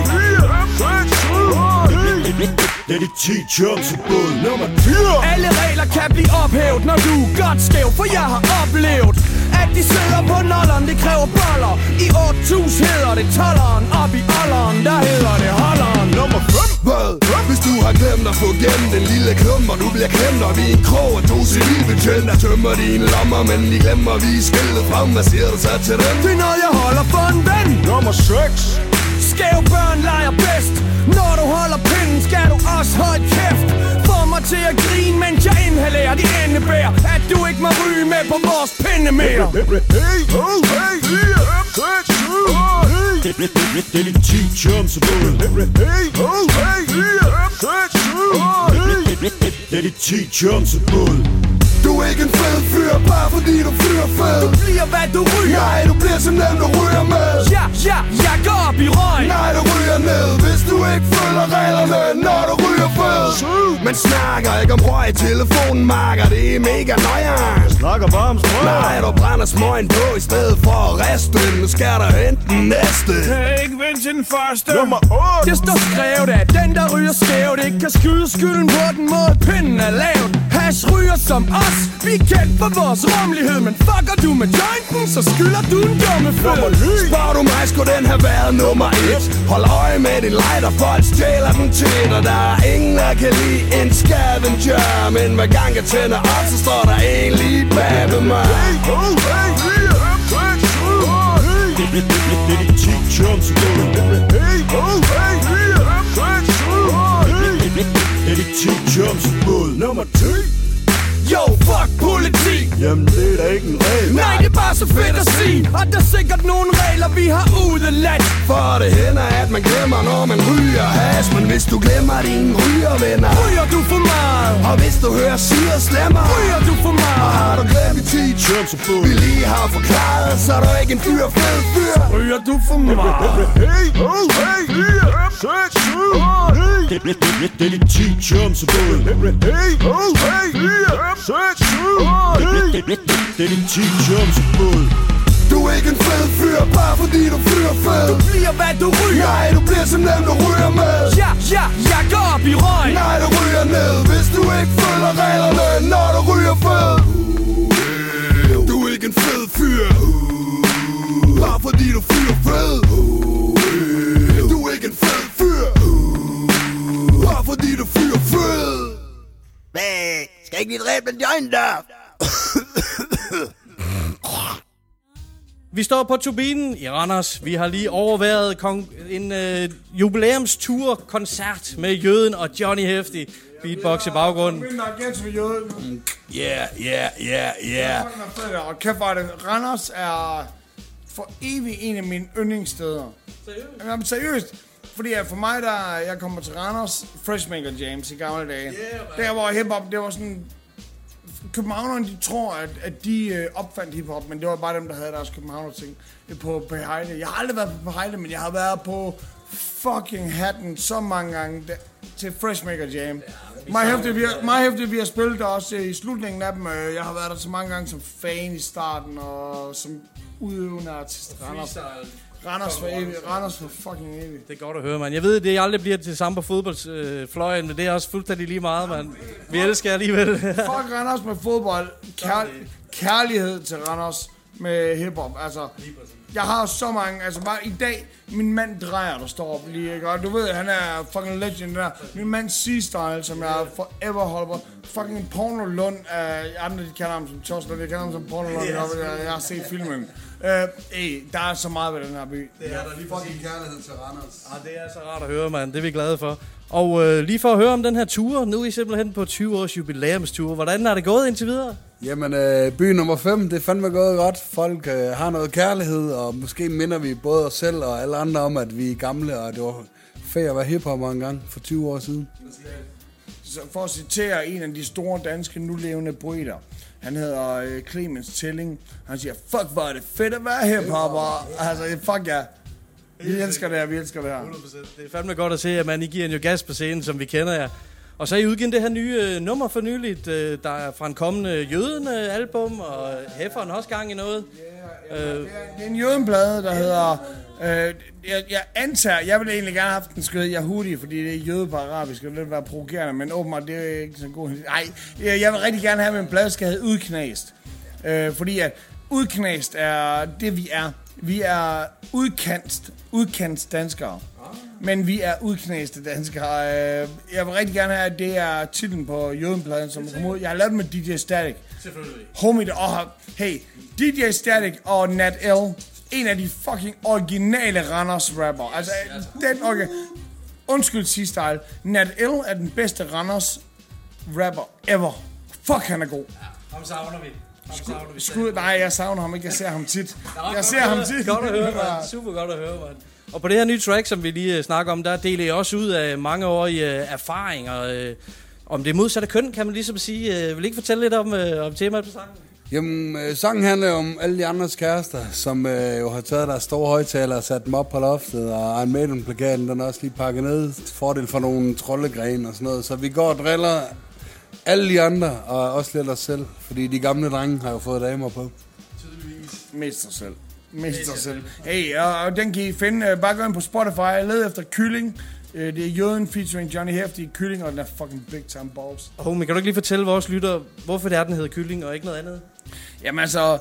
det er de ti chumsebud. Nummer fire. Alle regler kan blive ophævet, når du er godt skæv, for jeg har oplevet at de sidder på nolleren, det kræver boller. I otte-tusind hedder det tolleren, op i olderen, der hedder det holderen. Nummer fem. Hvad? Hvis du har glemt at få gennem den lille klump, og du bliver klemt op i en krog af to civilbetjente, tømmer dine lommer, men de glemmer vi skiltet frem. Hvad siger du så til dem? Det er noget, jeg holder for en ven. Nummer seks. Skæve børn leger bedst. Når du holder pinden, skal du også holde kæft. Få mig til at grine, mens jeg inhalerer. Det indebærer, at du ikke må ryge med på vores pinde mere. Hey, oh, hey, yeah, seks, syv, hey. Det er de ti chumsebud. Hey, oh, hey, yeah, seks, syv, hey. Det er de ti chumsebud. Du er ikke en fed fyr, bare fordi du fyrer fed. Du bliver hvad du ryger. Nej, du bliver som dem, du ryger med. Ja, ja, jeg går op i røg. Nej, du ryger ned, hvis du ikke følger reglerne, når du ryger fed. Man snakker ikke om røg i telefonen, marker, det er mega nøjeren. Jeg snakker bare om smøg. Nej, du brænder smøgen på i stedet for at reste. Nu skal der hente den næste. Kan jeg ikke vente til den første? Nummer otte. Det står skrevet, at den der ryger skævt ikke kan skyde skylden på den måde pinden er lavet. Hash ryger som os. Vi er kendt for vores rummelighed, men fucker du med jointen, så skylder du en dumme fed. Spørger du mig, skulle den have været nummer et. Hold øje med din lighter, folk stjæler den til. Og der er ingen, der kan lide en scavenger. Men hver gang jeg tænder op, så står der en lige bag ved mig. Hey, oh, hey, yeah, seks, syv, hey. Det er de ti chumsebud. Hey, oh, hey, yeah, seks, syv, hey. Det er de ti chumsebud. Nummer ti. Yo, fuck politi. Jamen det er da ikke en regel. Nej, det er bare så fedt at sige. Og der er sikkert nogle regler, vi har udeladt. For det hænder, at man glemmer, når man ryger has. Men hvis du glemmer dine rygervenner, ryger du for meget. Og hvis du hører syre slemmer, ryger du for meget. Og har du glemt de ti chumsebud, vi lige har forklaret, så er du ikke en fyr, fed fyr. Ryger du for meget. Hey, oh, hey, yeah, seks, syv, hey. Det er de ti chumsebud. Hey, oh, hey, yeah, seks, syv, hey. Det er de ti chumsebud. Du er ikke en fed fyr, bare fordi du fyrer fed. Du bliver hvad du ryger. Nej, du bliver som dem, du ryger med. Ja, ja, jeg går op i røg. Nej, du ryger ned, hvis du ikke følger reglerne, når du ryger fed. Du er ikke en fed fyr, bare fordi du fyrer fed. Du er ikke en fed fyr, bare fordi du fyrer fed. Hvad? Skal ikke lige dræbe den joint der? Vi står på turbinen i Randers. Vi har lige overværet kon- en øh, jubilæumstur-koncert med Jøden og Johnny Hefti. Beatbox i baggrunden. Ja, ja, ja, ja. Og kæft var det. Randers er for evigt en af mine yndlingssteder. Seriøst? Jamen, seriøst. Fordi for mig, der jeg kommer til Randers, Freshmaker Jams i gamle dage. Yeah, der hvor hiphop, det var sådan... Københavnerne, de tror, at, at de øh, opfandt hiphop, men det var bare dem, der havde deres københavner-ting på, på Heide. Jeg har aldrig været på Heide, men jeg har været på fucking hatten så mange gange da, til Freshmaker Jam. Mig hæfte, vi har, mig hæfte, vi har spillet der også i slutningen af dem. Jeg har været der så mange gange som fan i starten, og som udøvende artist. Randers, Randers for evigt. Randers for fucking evigt. Det er godt at høre, mand. Jeg ved, det aldrig bliver til samme på fodboldfløjen, men det er også fuldstændig lige meget, mand. Vi elsker alligevel. Fuck Randers med fodbold. Kær, kærlighed til Randers med hiphop. Altså, jeg har så mange, altså bare i dag, min mand Drejer, der står op lige, ikke? Og du ved, han er fucking legend der. Min mand C-Style, som jeg forever holder på. Fucking Porno Lund, uh, andre de kalder ham som Tjos, de kalder ham som Porno Lund, jeg, jeg har set filmen. Uh, ey, der er så meget ved den her by. Det er der lige fucking kærlighed til Randers. Ja, det er så rart at høre, mand. Det er vi glade for. Og øh, lige for at høre om den her tur, nu er I simpelthen på tyve års jubilæumstur. Hvordan er det gået indtil videre? Jamen, øh, by nummer fem, det er fandme gået godt. Folk øh, har noget kærlighed, og måske minder vi både os selv og alle andre om, at vi er gamle, og det var fedt at være hiphopper engang for tyve år siden. Så for at citere en af de store danske nulevende poeter, han hedder øh, Clemens Telling. Han siger, fuck, hvor er det fedt at være hiphopper. Altså, fuck ja. Vi elsker det her, vi elsker det her. hundrede procent. Det er fandme godt at se, at man I giver en jo gas på scenen, som vi kender jer. Og så har I udgivet det her nye øh, nummer for nyligt, øh, der er fra en kommende Jøden-album, og Hefferen har også gang i noget. Yeah, øh. Det er en Jøden-plade, der hedder... Øh, jeg, jeg antager, jeg ville egentlig gerne have haft den skrevet Yahudi, fordi det er jøde på arabisk, og det vil være provokerende, men åbenbart, det er ikke så god. Nej, jeg vil rigtig gerne have, at en plade skal hedde Udknæst. Øh, fordi at udknæst er det, vi er. Vi er udkant, udkants danskere. Men vi er udknæste danskere. Jeg vil rigtig gerne have, at det er titlen på Jødenpladen, som kommer ud. Jeg har lavet den med D J Static. Selvfølgelig. Homie, og hey, D J Static og Nat L. En af de fucking originale Randers rapper. Altså, den okay. Undskyld, C-Style. Nat L er den bedste Randers rapper ever. Fuck, han er god. Ja, ham savner vi. Skud, skud, nej, jeg savner ham ikke. Jeg ser ham tit. Jeg ser ham tit. Godt at høre, man. Super godt at høre, man. Og på det her nye track, som vi lige snakker om, der deler jeg også ud af mange årige erfaringer. Om det modsatte køn, kan man ligesom sige. Vil I ikke fortælle lidt om, om temaet på sangen? Jamen, øh, sangen handler om alle de andres kærester, som øh, jo har taget deres store højtaler og sat dem op på loftet, og Iron Maiden-plakaten, den er også lige pakket ned til fordel for nogle troldegrene og sådan noget. Så vi går og driller alle de andre, og også lidt os selv, fordi de gamle drenge har jo fået damer på. Mest sig selv. Mest sig selv. Hey, og den kan I finde, bare gå ind på Spotify, led efter Kylling. Det er Jøden featuring Johnny Hefti i Kylling, og den er fucking big time balls. Homie, kan du ikke lige fortælle vores lytter, hvorfor det er, den hedder Kylling, og ikke noget andet? Jamen altså,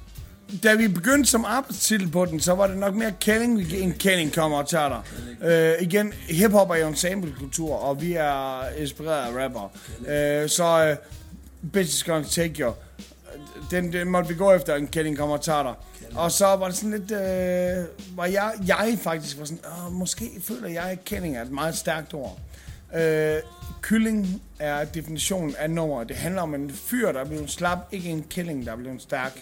da vi begyndte som arbejdstitel på den, så var det nok mere Kælling, end Kælling kommer og tager dig. Uh, igen, hiphop er jo en sample-kultur, og vi er inspireret af rapper. Uh, så uh, Bitches Gonna Take You, den, den måtte vi gå efter, en Kælling kommer og tager dig. Og så var det sådan lidt, øh, var jeg, jeg faktisk var sådan, åh, måske føler jeg, at Kælling er et meget stærkt ord. Øh, kylling er definitionen af nummeret. Det handler om en fyr, der er blevet slap, ikke en kælling, der er blevet stærk.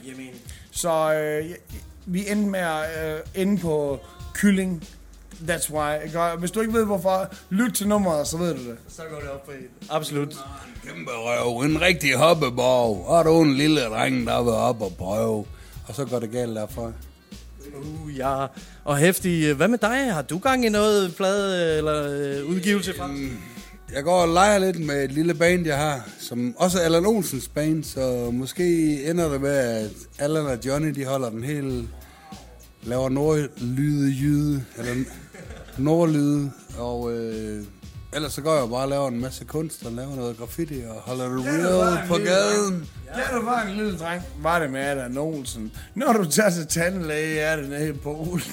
Så øh, vi endte med at øh, ende på Kylling. That's why. Hvis du ikke ved hvorfor, lyt til nummeret, så ved du det. Så går det op på en. Absolut. En kæmpe røv, en rigtig hoppeborg. Og du en lille dreng, der vil op og prøve. Og så går det galt derfra. Uh, ja. Og Hefti, hvad med dig? Har du gang i noget plade eller øh, udgivelse fra? Jeg går og leger lidt med et lille band, jeg har, som også er Allan Olsens band, så måske ender det med, at Allan og Johnny, de holder den hele, laver nordlyde, jyde, eller nordlyde, og øh, ellers så går jeg bare og laver en masse kunst, og laver noget graffiti, og holder det real på gaden. Da du var en lille dreng, var det med Allan Olsen. Når du tager til tandlæge, er det nede på Olsen.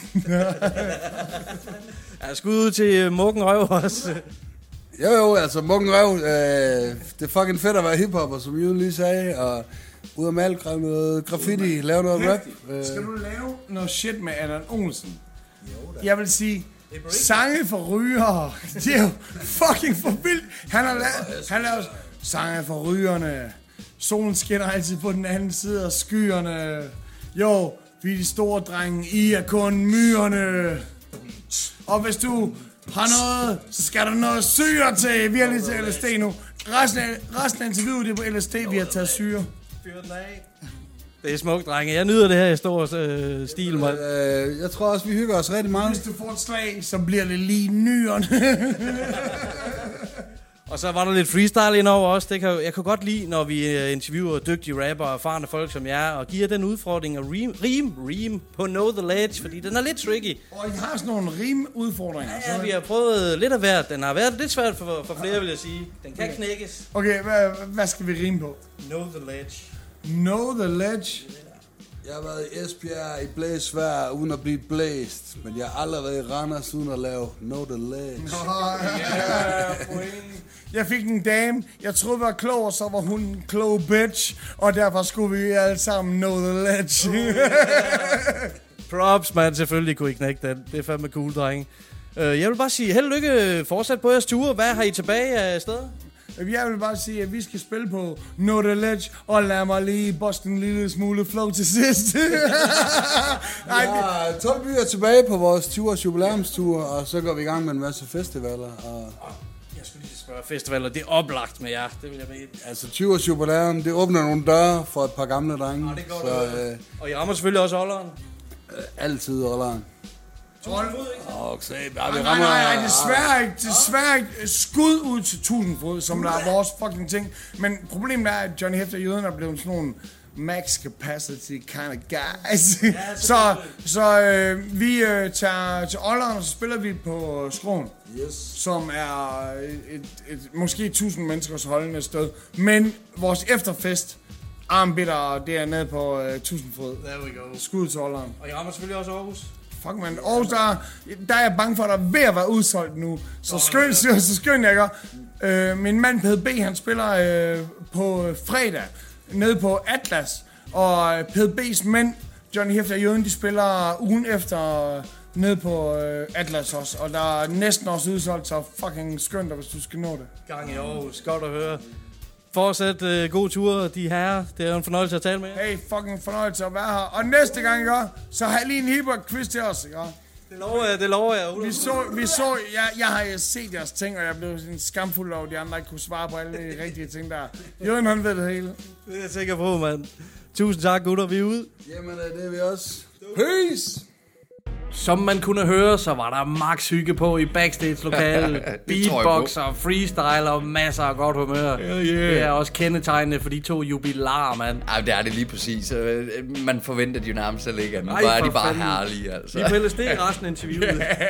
Jeg skal ud til Muggen Røv også. Jo jo, altså Muggen Røv, øh, det er fucking fedt at være hiphopper, som Jyden lige sagde, og ud af male noget graffiti, lave noget rap. Øh. Skal du lave noget shit med Allan Olsen? Jeg vil sige, sange for rygere, det er jo fucking for vildt. Han har lavet, han lavet sange for rygerne. Solen skinner altid på den anden side af skyerne. Jo, vi er de store drenge, I er kun myrerne. Og hvis du har noget, så skal der noget syre til. Vi har lige til L S D nu. Resten af, resten af interviewet det er på L S D, vi har taget syre. Fyr den af. Det er smukt, drenge. Jeg nyder det her i stor øh, stil, mand. Øh, jeg tror også, vi hygger os rigtig meget. Hvis du får et slag, så bliver det lige nyerne. Og så var der lidt freestyle indover også. Det kan, jeg kan godt lide, når vi uh, interviewer dygtige rapper og erfarne folk som jer, og giver den udfordring at rim, rim, rim på Know The Ledge, fordi den er lidt tricky. Og I har sådan nogle rim-udfordringer. Ja, vi har prøvet lidt af hvert. Den har været lidt svært for, for flere, vil jeg sige. Den kan okay. knækkes. Okay, hvad, hvad skal vi rime på? Know The Ledge. Know The Ledge? Jeg har været i Esbjerg i blæsvær uden at blive blæst, men jeg har aldrig været i Randers uden at lave Know The Ledge. Oh, yeah, jeg fik en dame, jeg troede var klog, og så var hun en klog bitch, og derfor skulle vi alle sammen Know The Ledge. Oh, yeah. Props, man. Selvfølgelig kunne I knække den. Det er fandme cool, drenge. Uh, jeg vil bare sige, held og lykke fortsat på jeres ture. Hvad har I tilbage af steder? Jeg vil bare sige, at vi skal spille på Know The Ledge, og lad mig lige boste en lille smule flow til sidst. Nej, vi har tolv byer tilbage på vores tyve års jubilæumstur, og så går vi i gang med en masse festivaler. Og jeg skulle lige spørge, festivaler, det er oplagt med jer, det vil jeg mene. Altså tyve års jubilæum, det åbner nogle døre for et par gamle drenge. Ja, det går så, det. Øh, og I rammer selvfølgelig også holderen? Øh, altid holderen. tolv Okay, nej, nej, nej, nej, desværre ikke, desværre ikke skud ud til Tusindfod, som der er vores fucking ting. Men problemet er, at Johnny Hefter Jøden er blevet sådan nogle max capacity kind of guys. Ja, så så øh, vi øh, tager til Olderen, og så spiller vi på Skråen, yes. som er et, et, et måske tusind menneskers holdende sted. Men vores efterfest, armbitter, det er nede på øh, Tusindfod. There we go. Skud til Olderen. Og I rammer selvfølgelig også Aarhus? Fuck, man. Og der, der er jeg bange for, at der er ved at være udsolgt nu. Så skøn, så, så skøn jeg gør. Øh, min mand P D B, han spiller øh, på fredag nede på Atlas. Og P D B's mænd, Johnny Hefter Jøden, de spiller ugen efter nede på øh, Atlas også. Og der er næsten også udsolgt, så fucking skønt, hvis du skal nå det. Gang i Aarhus. Godt at høre. Fortsæt øh, god tur, de herrer. Det er en fornøjelse at tale med jer. Hey, fucking fornøjelse at være her. Og næste gang, ikke? Så har jeg lige en hiphop-quiz til os, ikke? Det lover jeg, det lover jeg. Vi så, vi så, jeg, jeg har set jeres ting, og jeg blev sådan skamfuld over, de andre ikke kunne svare på alle de rigtige ting der. Jørgen, han ved det hele. Det er jeg sikker på, mand. Tusind tak, gutter. Vi er ude. Jamen, det er vi også. Peace! Som man kunne høre, så var der max hygge på i backstage-lokalet. Beatboxer, freestyle og masser af godt humør. Yeah, yeah. Det er også kendetegnende for de to jubilarer, mand. Ej, det er det lige præcis. Man forventer de jo nærmest slet ikke. Nu bare er de bare herlige, altså. Vi er på L S D resten af interviewet.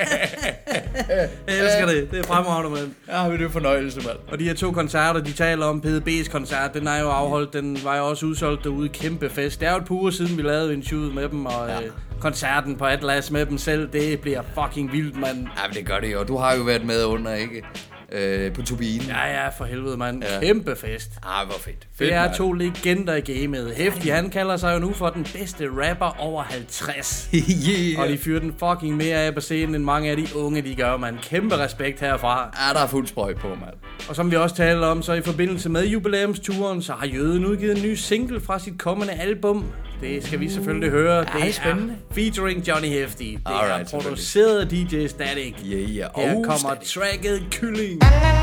Jeg elsker det. Det er fremragende, mand. Ja, det er fornøjelse, mand. Og de her to koncerter, de taler om, P D B's koncert, den er jo afholdt. Den var jo også udsolgt derude. Kæmpe fest. Det er jo et par uger siden, vi lavede interviewet med dem, og... Ja. Øh, koncerten på Atlas med dem selv, det bliver fucking vildt, mand. Ja, men det gør det jo. Du har jo været med under, ikke? Øh, på turbinen. Ja, ja, for helvede, mand. Ja. Kæmpe fest. Ah, hvor fedt. fedt det er man. To legender i gamet. Heftig, han kalder sig jo nu for den bedste rapper over halvtreds. Yeah. Og de fyrer den fucking mere af på scenen, end mange af de unge, de gør, man. Kæmpe respekt herfra. Ja, der er fuld sprøjt på, mand. Og som vi også talte om, så i forbindelse med jubilæumsturen, så har Jøden udgivet en ny single fra sit kommende album. Det skal vi selvfølgelig høre. Ja, det er spændende. Er featuring Johnny Hefty. Det Alright, er produceret af D J Static. Yeah, yeah. Her oh, kommer Static. tracket Kylling.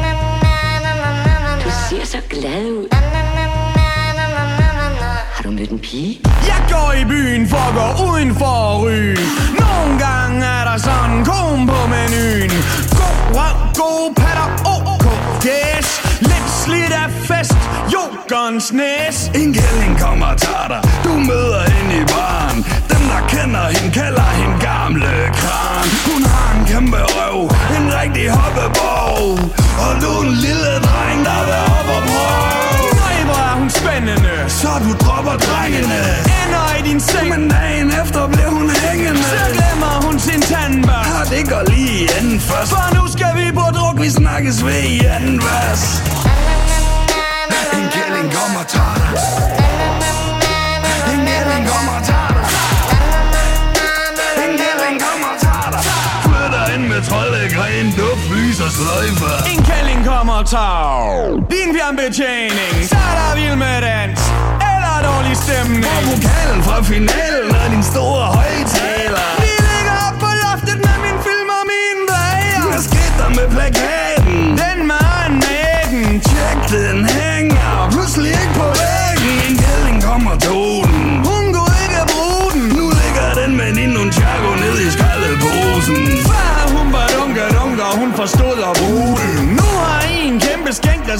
Du ser så glad ud. Har du mødt en pige? Jeg går i byen for at gå uden for at ryge. Nogle gange er der sådan kom på menuen. God røv, gode patter, ok, yes. Lidt slidt af fest, yoghurtens næs. En kælling kommer og tager dig, du møder hende i baren. Dem der kender hende, kalder hende gamle kran. Hun har en kæmpe røv, en rigtig hoppeborg. Og du er en lille dreng, der vil op og prøve. Nej, hvor er hun spændende. Så du dropper drengene. Ender i din seng. Men dagen efter bliver hun hængende. Så glemmer hun sin tandbørst. Ja, det går lige i anden først. For nu skal vi på druk. Vi snakkes ved i anden vers. En kælling kommer og tager dig. En kælling kommer og tager dig. En kælling kommer og tager dig. Flytter ind med troldegren, duft, lys og sløjfer. En kælling kommer og tager din fjernbetjening. Så er der vild med dans eller dårlig stemning. Og vokalen fra finalen og din store højtaler. Vi ligger op på loftet med min film og min drejer. Jeg skridter med plakaten. Den med anlæggen. Tjek, den hænger pludselig ikke på væggen. En kælling kommer tonen. Hun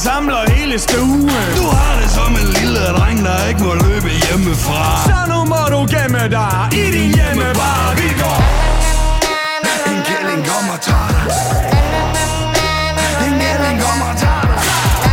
samler hele stuen. Du har det som en lille dreng, der ikke må løbe hjemmefra. Så nu må du gemme dig i din hjemmebar. Vi går. En kælling kommer og tager dig. En kælling kommer og tager dig.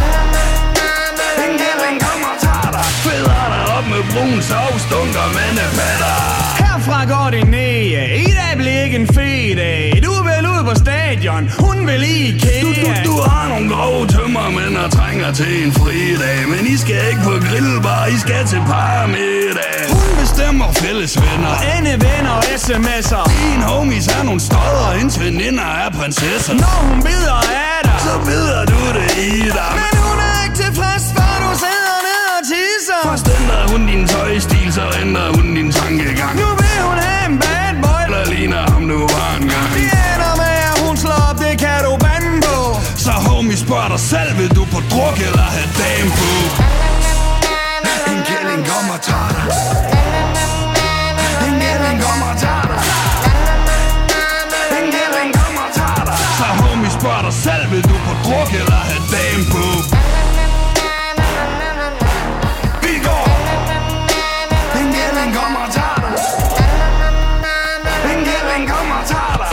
En kælling kommer og tager dig. Fædrer dig op med brun sovs, dunker mandepatter. Herfra går det ned. I dag bliver ikke en fed dag. Du vil ud på stadion, hun vil i IKEA. Du, du, du har nogle grove tømmermænd og trænger til en fridag. Men I skal ikke på grillbar, I skal til paramiddag. Hun bestemmer fælles venner, Ende venner og sms'er. Dine homies er nogle stodder, hendes veninder er prinsesser. Når hun bider af dig, så bider du det i dig. Men hun er ikke tilfreds, for du sidder ned og tisser. Først ændrer hun din tøjstil, så ændrer hun din tankegang. Nu vil hun have en bad boy, der ligner ham du var engang. Det ender med at hun slår op, det kan du bande på. Så homie, spørg dig selv, vil du på druk eller have dame på? En kælling kommer og tager dig. En kælling kommer og tager dig. En kælling kommer og tager dig. Så homie, spørg dig selv, vil du på druk eller have dame på? Vi går. En kælling kommer og tager dig. En kælling kommer og tager dig.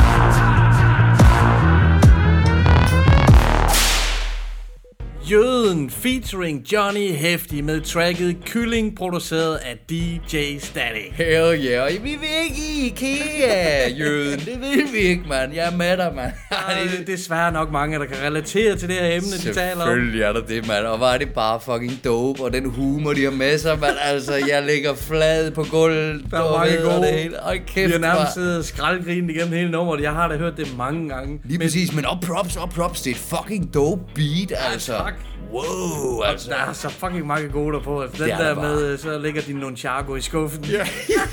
Jøden featuring Johnny Hefti med tracket Kylling, produceret af D J Static. Hell yeah, og vi vil ikke i IKEA, Jøden. Det vil vi ikke, mand. Jeg er med dig, mand. Det er desværre nok mange, der kan relatere til det her emne, de taler om. Selvfølgelig er der det, mand. Og var det bare fucking dope, og den humor, de har med sig, mand. Altså, jeg ligger flad på gulvet. Der er mange gode. Det hele. Og kæft, vi har nærmest siddet og skraldgrinet igennem hele nummeret. Jeg har da hørt det mange gange. Lige men... præcis, men op props, op props. Det er et fucking dope beat, altså. Tak. Wow, altså. Der er så fucking mange gode der på. Den der, der med, så ligger din nunchaku i skuffen. Ja.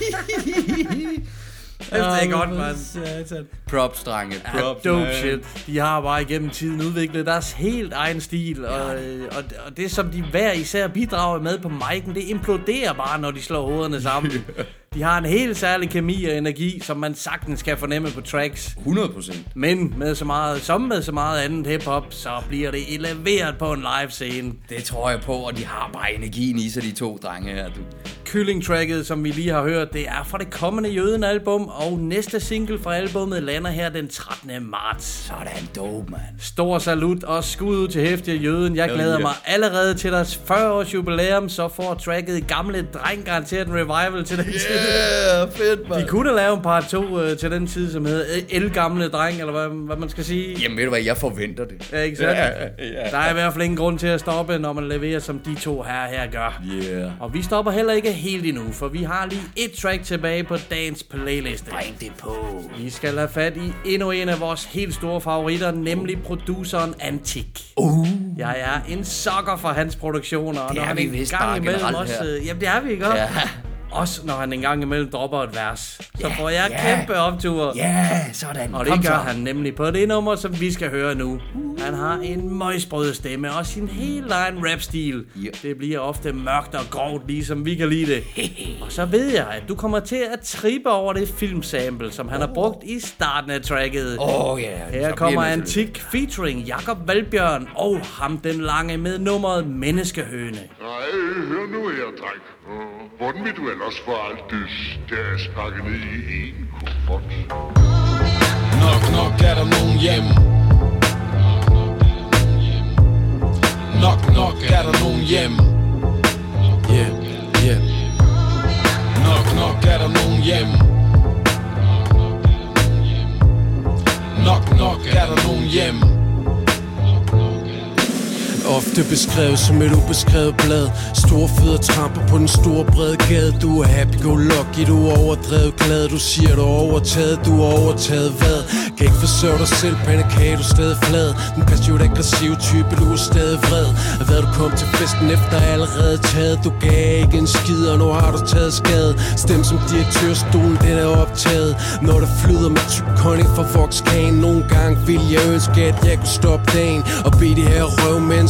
Det er godt, mand. Props, drenge. Props, ja, dope man. Shit. De har bare igennem tiden udviklet deres helt egen stil. Og, og, og det, som de hver især bidrager med på mic'en, det imploderer bare, når de slår hovederne sammen. De har en helt særlig kemi og energi, som man sagtens kan fornemme på tracks. hundrede procent. Men med så meget, som med så meget andet hiphop, så bliver det eleveret på en live scene. Det tror jeg på, og de har bare energien i sig, de to drenge her, du. Kylling-tracket, som vi lige har hørt, det er fra det kommende Jøden-album, og næste single fra albumet lander her den trettende marts. Sådan dope, man. Stor salut og skud ud til Hefti og Jøden. Jeg glæder yeah. mig allerede til deres fyrre års jubilæum, så får tracket Gamle Dreng garanteret en revival til den yeah. tid. Yeah, fedt, man. De kunne da lave en part to uh, til den tid, som hedder El Gamle Dreng, eller hvad, hvad man skal sige. Jamen ved du hvad, jeg forventer det. Ja, ikke sandt? Yeah, yeah. Der er i hvert fald ingen grund til at stoppe, når man leverer, som de to her her gør. Yeah. Og vi stopper heller ikke helt endnu, for vi har lige et track tilbage på dagens playliste. Bring det på. Vi skal have fat i endnu en af vores helt store favoritter, nemlig produceren Antik. Uh. Jeg er en sucker for hans produktioner. Og det når er han vi vist bare generelt også, her. Jamen det er vi, ikke? Ja. Også når han en gang imellem dropper et vers. Så yeah, får jeg yeah. kæmpe optur. Ja, yeah, sådan. Og det Kom gør så. han nemlig på det nummer, som vi skal høre nu. Han har en møgsprød stemme og sin helt egen rap-stil. Yeah. Det bliver ofte mørkt og grovt, ligesom vi kan lide det. Og så ved jeg, at du kommer til at trippe over det filmsample, som han oh. har brugt i starten af tracket. Oh, yeah. Her kommer Antik featuring Jakob Valbjørn og ham den lange med nummeret Menneskehøne. Nej, hør nu her, dreng. Hvordan vil du ellers få alt det stas pakket ned i en kuffert? Nok, nok er der nogen hjem. Nok, nok er der nogen hjem. Yeah, yeah. Nok, nok er der nogen hjem. Nok, nok er der nogen hjem. Ofte beskrevet som et ubeskrevet blad. Store fødder tramper på den store brede gade. Du er happy-go-lucky, du er overdrevet glad. Du siger du er overtaget, du er overtaget hvad? Kan ikke forsørge dig selv, pandekage, du er stadig flad. Den passivt aggressiv type, du er stadig vred. Hvad du kom til festen efter allerede taget. Du gav ikke en skid, og nu har du taget skade. Stem som direktørstolen, den er optaget. Når der flyder med tyk honning fra vokskagen. Nogle gange vil jeg ønske, at jeg kunne stoppe dagen og bede de her røvmennesker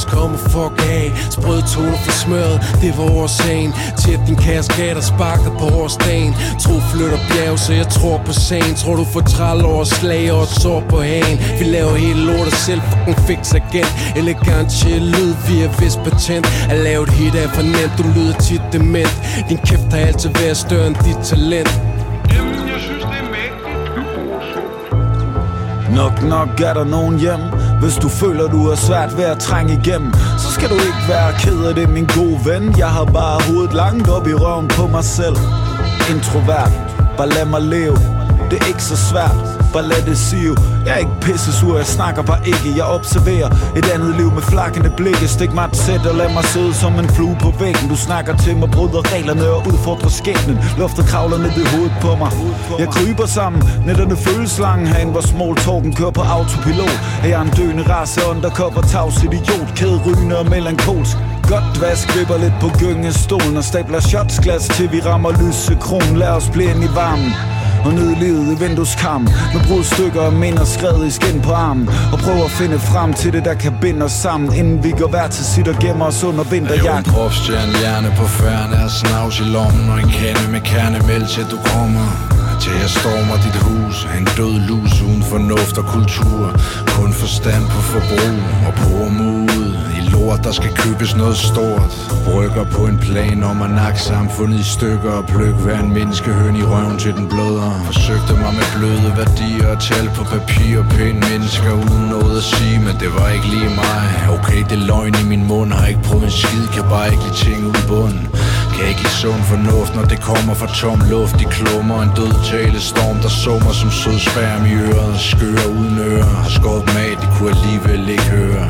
kom og fuck af. Sprøde toner for smøret, det var årsagen til at din kasketter sparkede på årsdagen. Tro flytter bjerg, så jeg tror på sagen. Tror du får træl over slag og et sår på hagen. Vi laver hele lortet selv, fucking fix agent. Elegant chill, lyd via vis patent. At lave et hit er for nemt, du lyder tit dement. Din kæft har altid været større end dit talent. Jamen, jeg synes, det er mægtigt. Nok nok er der nogen hjem. Hvis du føler du er svært ved at trænge igennem, så skal du ikke være ked af det, min gode ven. Jeg har bare hovedet langt op i røven på mig selv. Introvert, bare lad mig leve. Det er ikke så svært, bare lad det sive. Jeg er ikke pissesur, jeg snakker bare ikke. Jeg observerer et andet liv med flakkende blikke. Stik mig tæt og lad mig sidde som en flue på væggen. Du snakker til mig, bryder reglerne og udfordrer skæbnen. Lufter kravler ned i hovedet på mig. Jeg kryber sammen, netterne føles lange herinde, hvor small talken kører på autopilot. Er jeg en døende race, undercover, tavs idiot, kæderygende og melankolsk. Godt vask, vipper lidt på gyngestolen og stabler shotsglas til vi rammer lysekron. Lad os blive ind i varmen og ned i livet i vindueskarmen. Med brudstykker og minder skrevet i skin på armen. Og prøver at finde frem til det, der kan binde os sammen, inden vi går hver til sit og gemmer os under vinterjagt. En propstjerne, hjerne på færne og snavs i lommen og en kande med kernemælk til du kommer. Til jeg stormer dit hus, en død lus uden fornuft og kultur. Kun forstand på forbrug og bruger mod i lort, der skal købes noget stort. Brygger på en plan om at nakke samfundet i stykker og plukke hver en menneskehøn i røven til den bløder. Forsøgte mig med bløde værdier og tal på papir og pæne mennesker uden noget at sige, men det var ikke lige mig. Okay, det er løgn i min mund, har ikke prøvet en skid, kan bare ikke lide ting ud i bunden. Kan ikke lide sund fornuft, når det kommer fra tom luft. De klummer en død talestorm, der summer som sød spærm i øret. Skører uden ører, har skåret mag, de kunne alligevel ikke høre.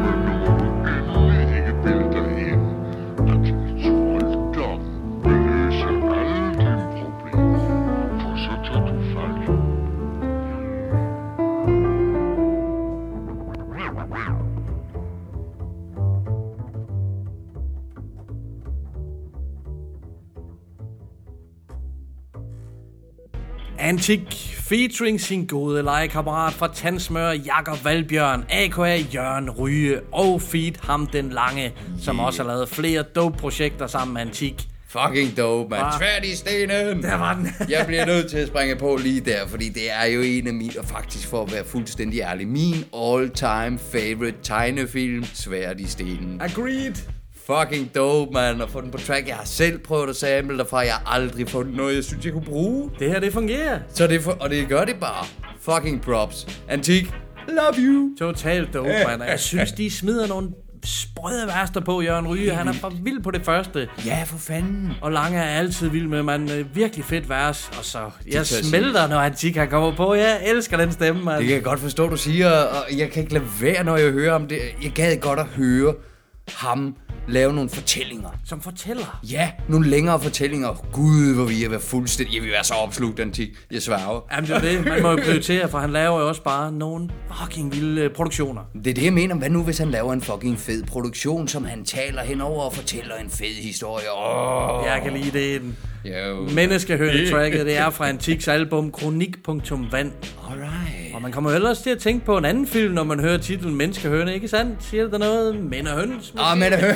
Antik featuring sin gode legekammerat fra Tandsmør, Jakob Valbjørn, A K A Jørgen Ryge og feat ham den lange, som yeah. også har lavet flere dope projekter sammen med Antik. Fucking dope, man. Tvært i stenen. Der var den. Jeg bliver nødt til at springe på lige der, fordi det er jo en af mine, og faktisk for at være fuldstændig ærlig, min all-time favorite tegnefilm, Svært i stenen. Agreed. Fucking dope, man. Og få den på track. Jeg har selv prøvet at sample derfra. Jeg har aldrig fundet noget, jeg synes, jeg kunne bruge. Det her, det fungerer. Så det for, og det gør det bare. Fucking props. Antik, love you. Totalt dope, man. Jeg synes, de smider nogle sprøde værster på, Jørgen Ryge. Han er for vild på det første. Ja, for fanden. Og Lange er altid vild med, man. Virkelig fedt vers. Og så, jeg smelter, når Antik har kommer på. Jeg elsker den stemme, man. Det kan jeg godt forstå, du siger. Og jeg kan ikke lade være, når jeg hører om det. Jeg gad godt at høre ham lave nogle fortællinger. Som fortæller? Ja, nogle længere fortællinger. Gud, hvor vi er været fuldstændig. Jeg vil være så opslugt, Antik. Jeg sværger. Jamen det er det. Man må jo prioritere, for han laver jo også bare nogle fucking vilde produktioner. Det er det, jeg mener. Hvad nu, hvis han laver en fucking fed produktion, som han taler henover og fortæller en fed historie? Oh. Jeg kan lide det. Jo. Menneskehøne-tracket, det er fra Antiks album Kronik punktum vand. Alright. Og man kommer ellers til at tænke på en anden film, når man hører titlen Menneskehøne, ikke sandt? Siger det der noget? Mænd og høns? Åh, mænd og høns.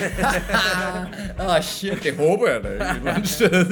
Åh, oh, shit, det håber jeg da et eller andet sted.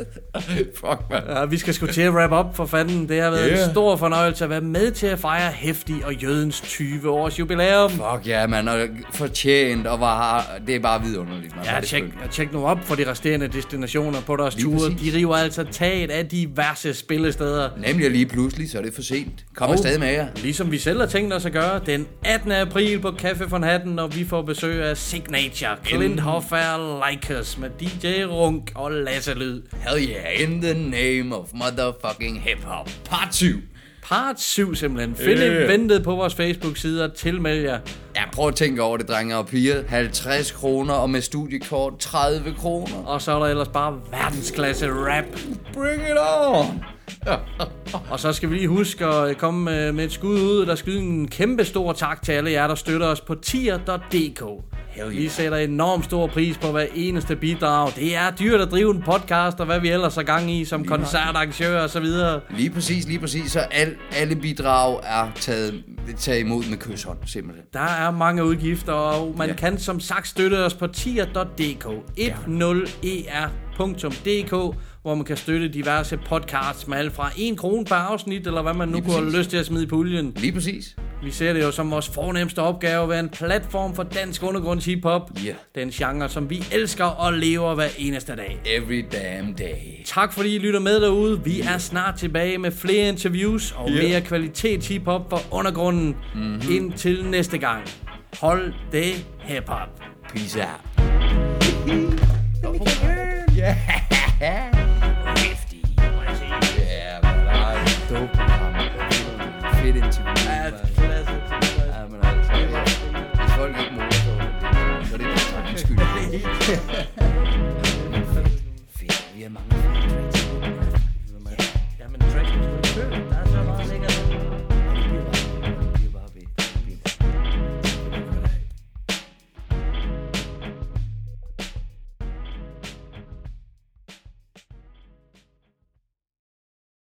Fuck, man. Ja, vi skal sgu til at wrap up for fanden. Det har været yeah. en stor fornøjelse at være med til at fejre Heftig og Jødens tyve års jubilæum. Fuck ja, man. Og fortjent, og var, det er bare vidunderligt. Man. Ja, tjek, tjek nu op for de resterende destinationer på deres ture. De river altså taget af diverse spillesteder. Nemlig lige pludselig, så er det for sent. Kom afsted med jer. Ligesom vi selv har tænkt os at gøre, den attende april på Café von Hatten, når vi får besøg af Signature, Clint Hoffair, Likers med D J Runk og Lasse Lyd. Hell yeah, in the name of motherfucking hip-hop. Part syv. Part syv simpelthen. Find yeah. eventet på vores Facebook-side og tilmeld jer. Ja, prøv at tænke over det, drenge og piger. halvtreds kroner, og med studiekort tredive kroner. Og så er der ellers bare verdensklasse rap. Bring it on! Og så skal vi lige huske at komme med et skud ud. Der skyder en kæmpe stor tak til alle jer, der støtter os på tier punktum d k. yeah. Vi sætter enormt stor pris på hver eneste bidrag. Det er dyrt at drive en podcast, og hvad vi ellers har gang i, som koncertarrangører og så videre. Lige præcis, lige præcis. Så al, alle bidrag er taget, taget imod med kysshånd, simpelthen. Der er mange udgifter, og man ja. kan som sagt støtte os på tier punktum d k. ti er punktum d k, hvor man kan støtte diverse podcasts med alt fra en krone per afsnit, eller hvad man nu kunne have lyst til at smide i puljen. Lige præcis. Vi ser det jo som vores fornemmeste opgave at være en platform for dansk undergrunds hiphop. Yeah. Den genre, som vi elsker og lever hver eneste dag. Every damn day. Tak fordi I lytter med derude. Vi er snart tilbage med flere interviews og yeah. mere kvalitets hiphop for undergrunden. Mm-hmm. Indtil næste gang. Hold det hiphop. Peace out. Yeah.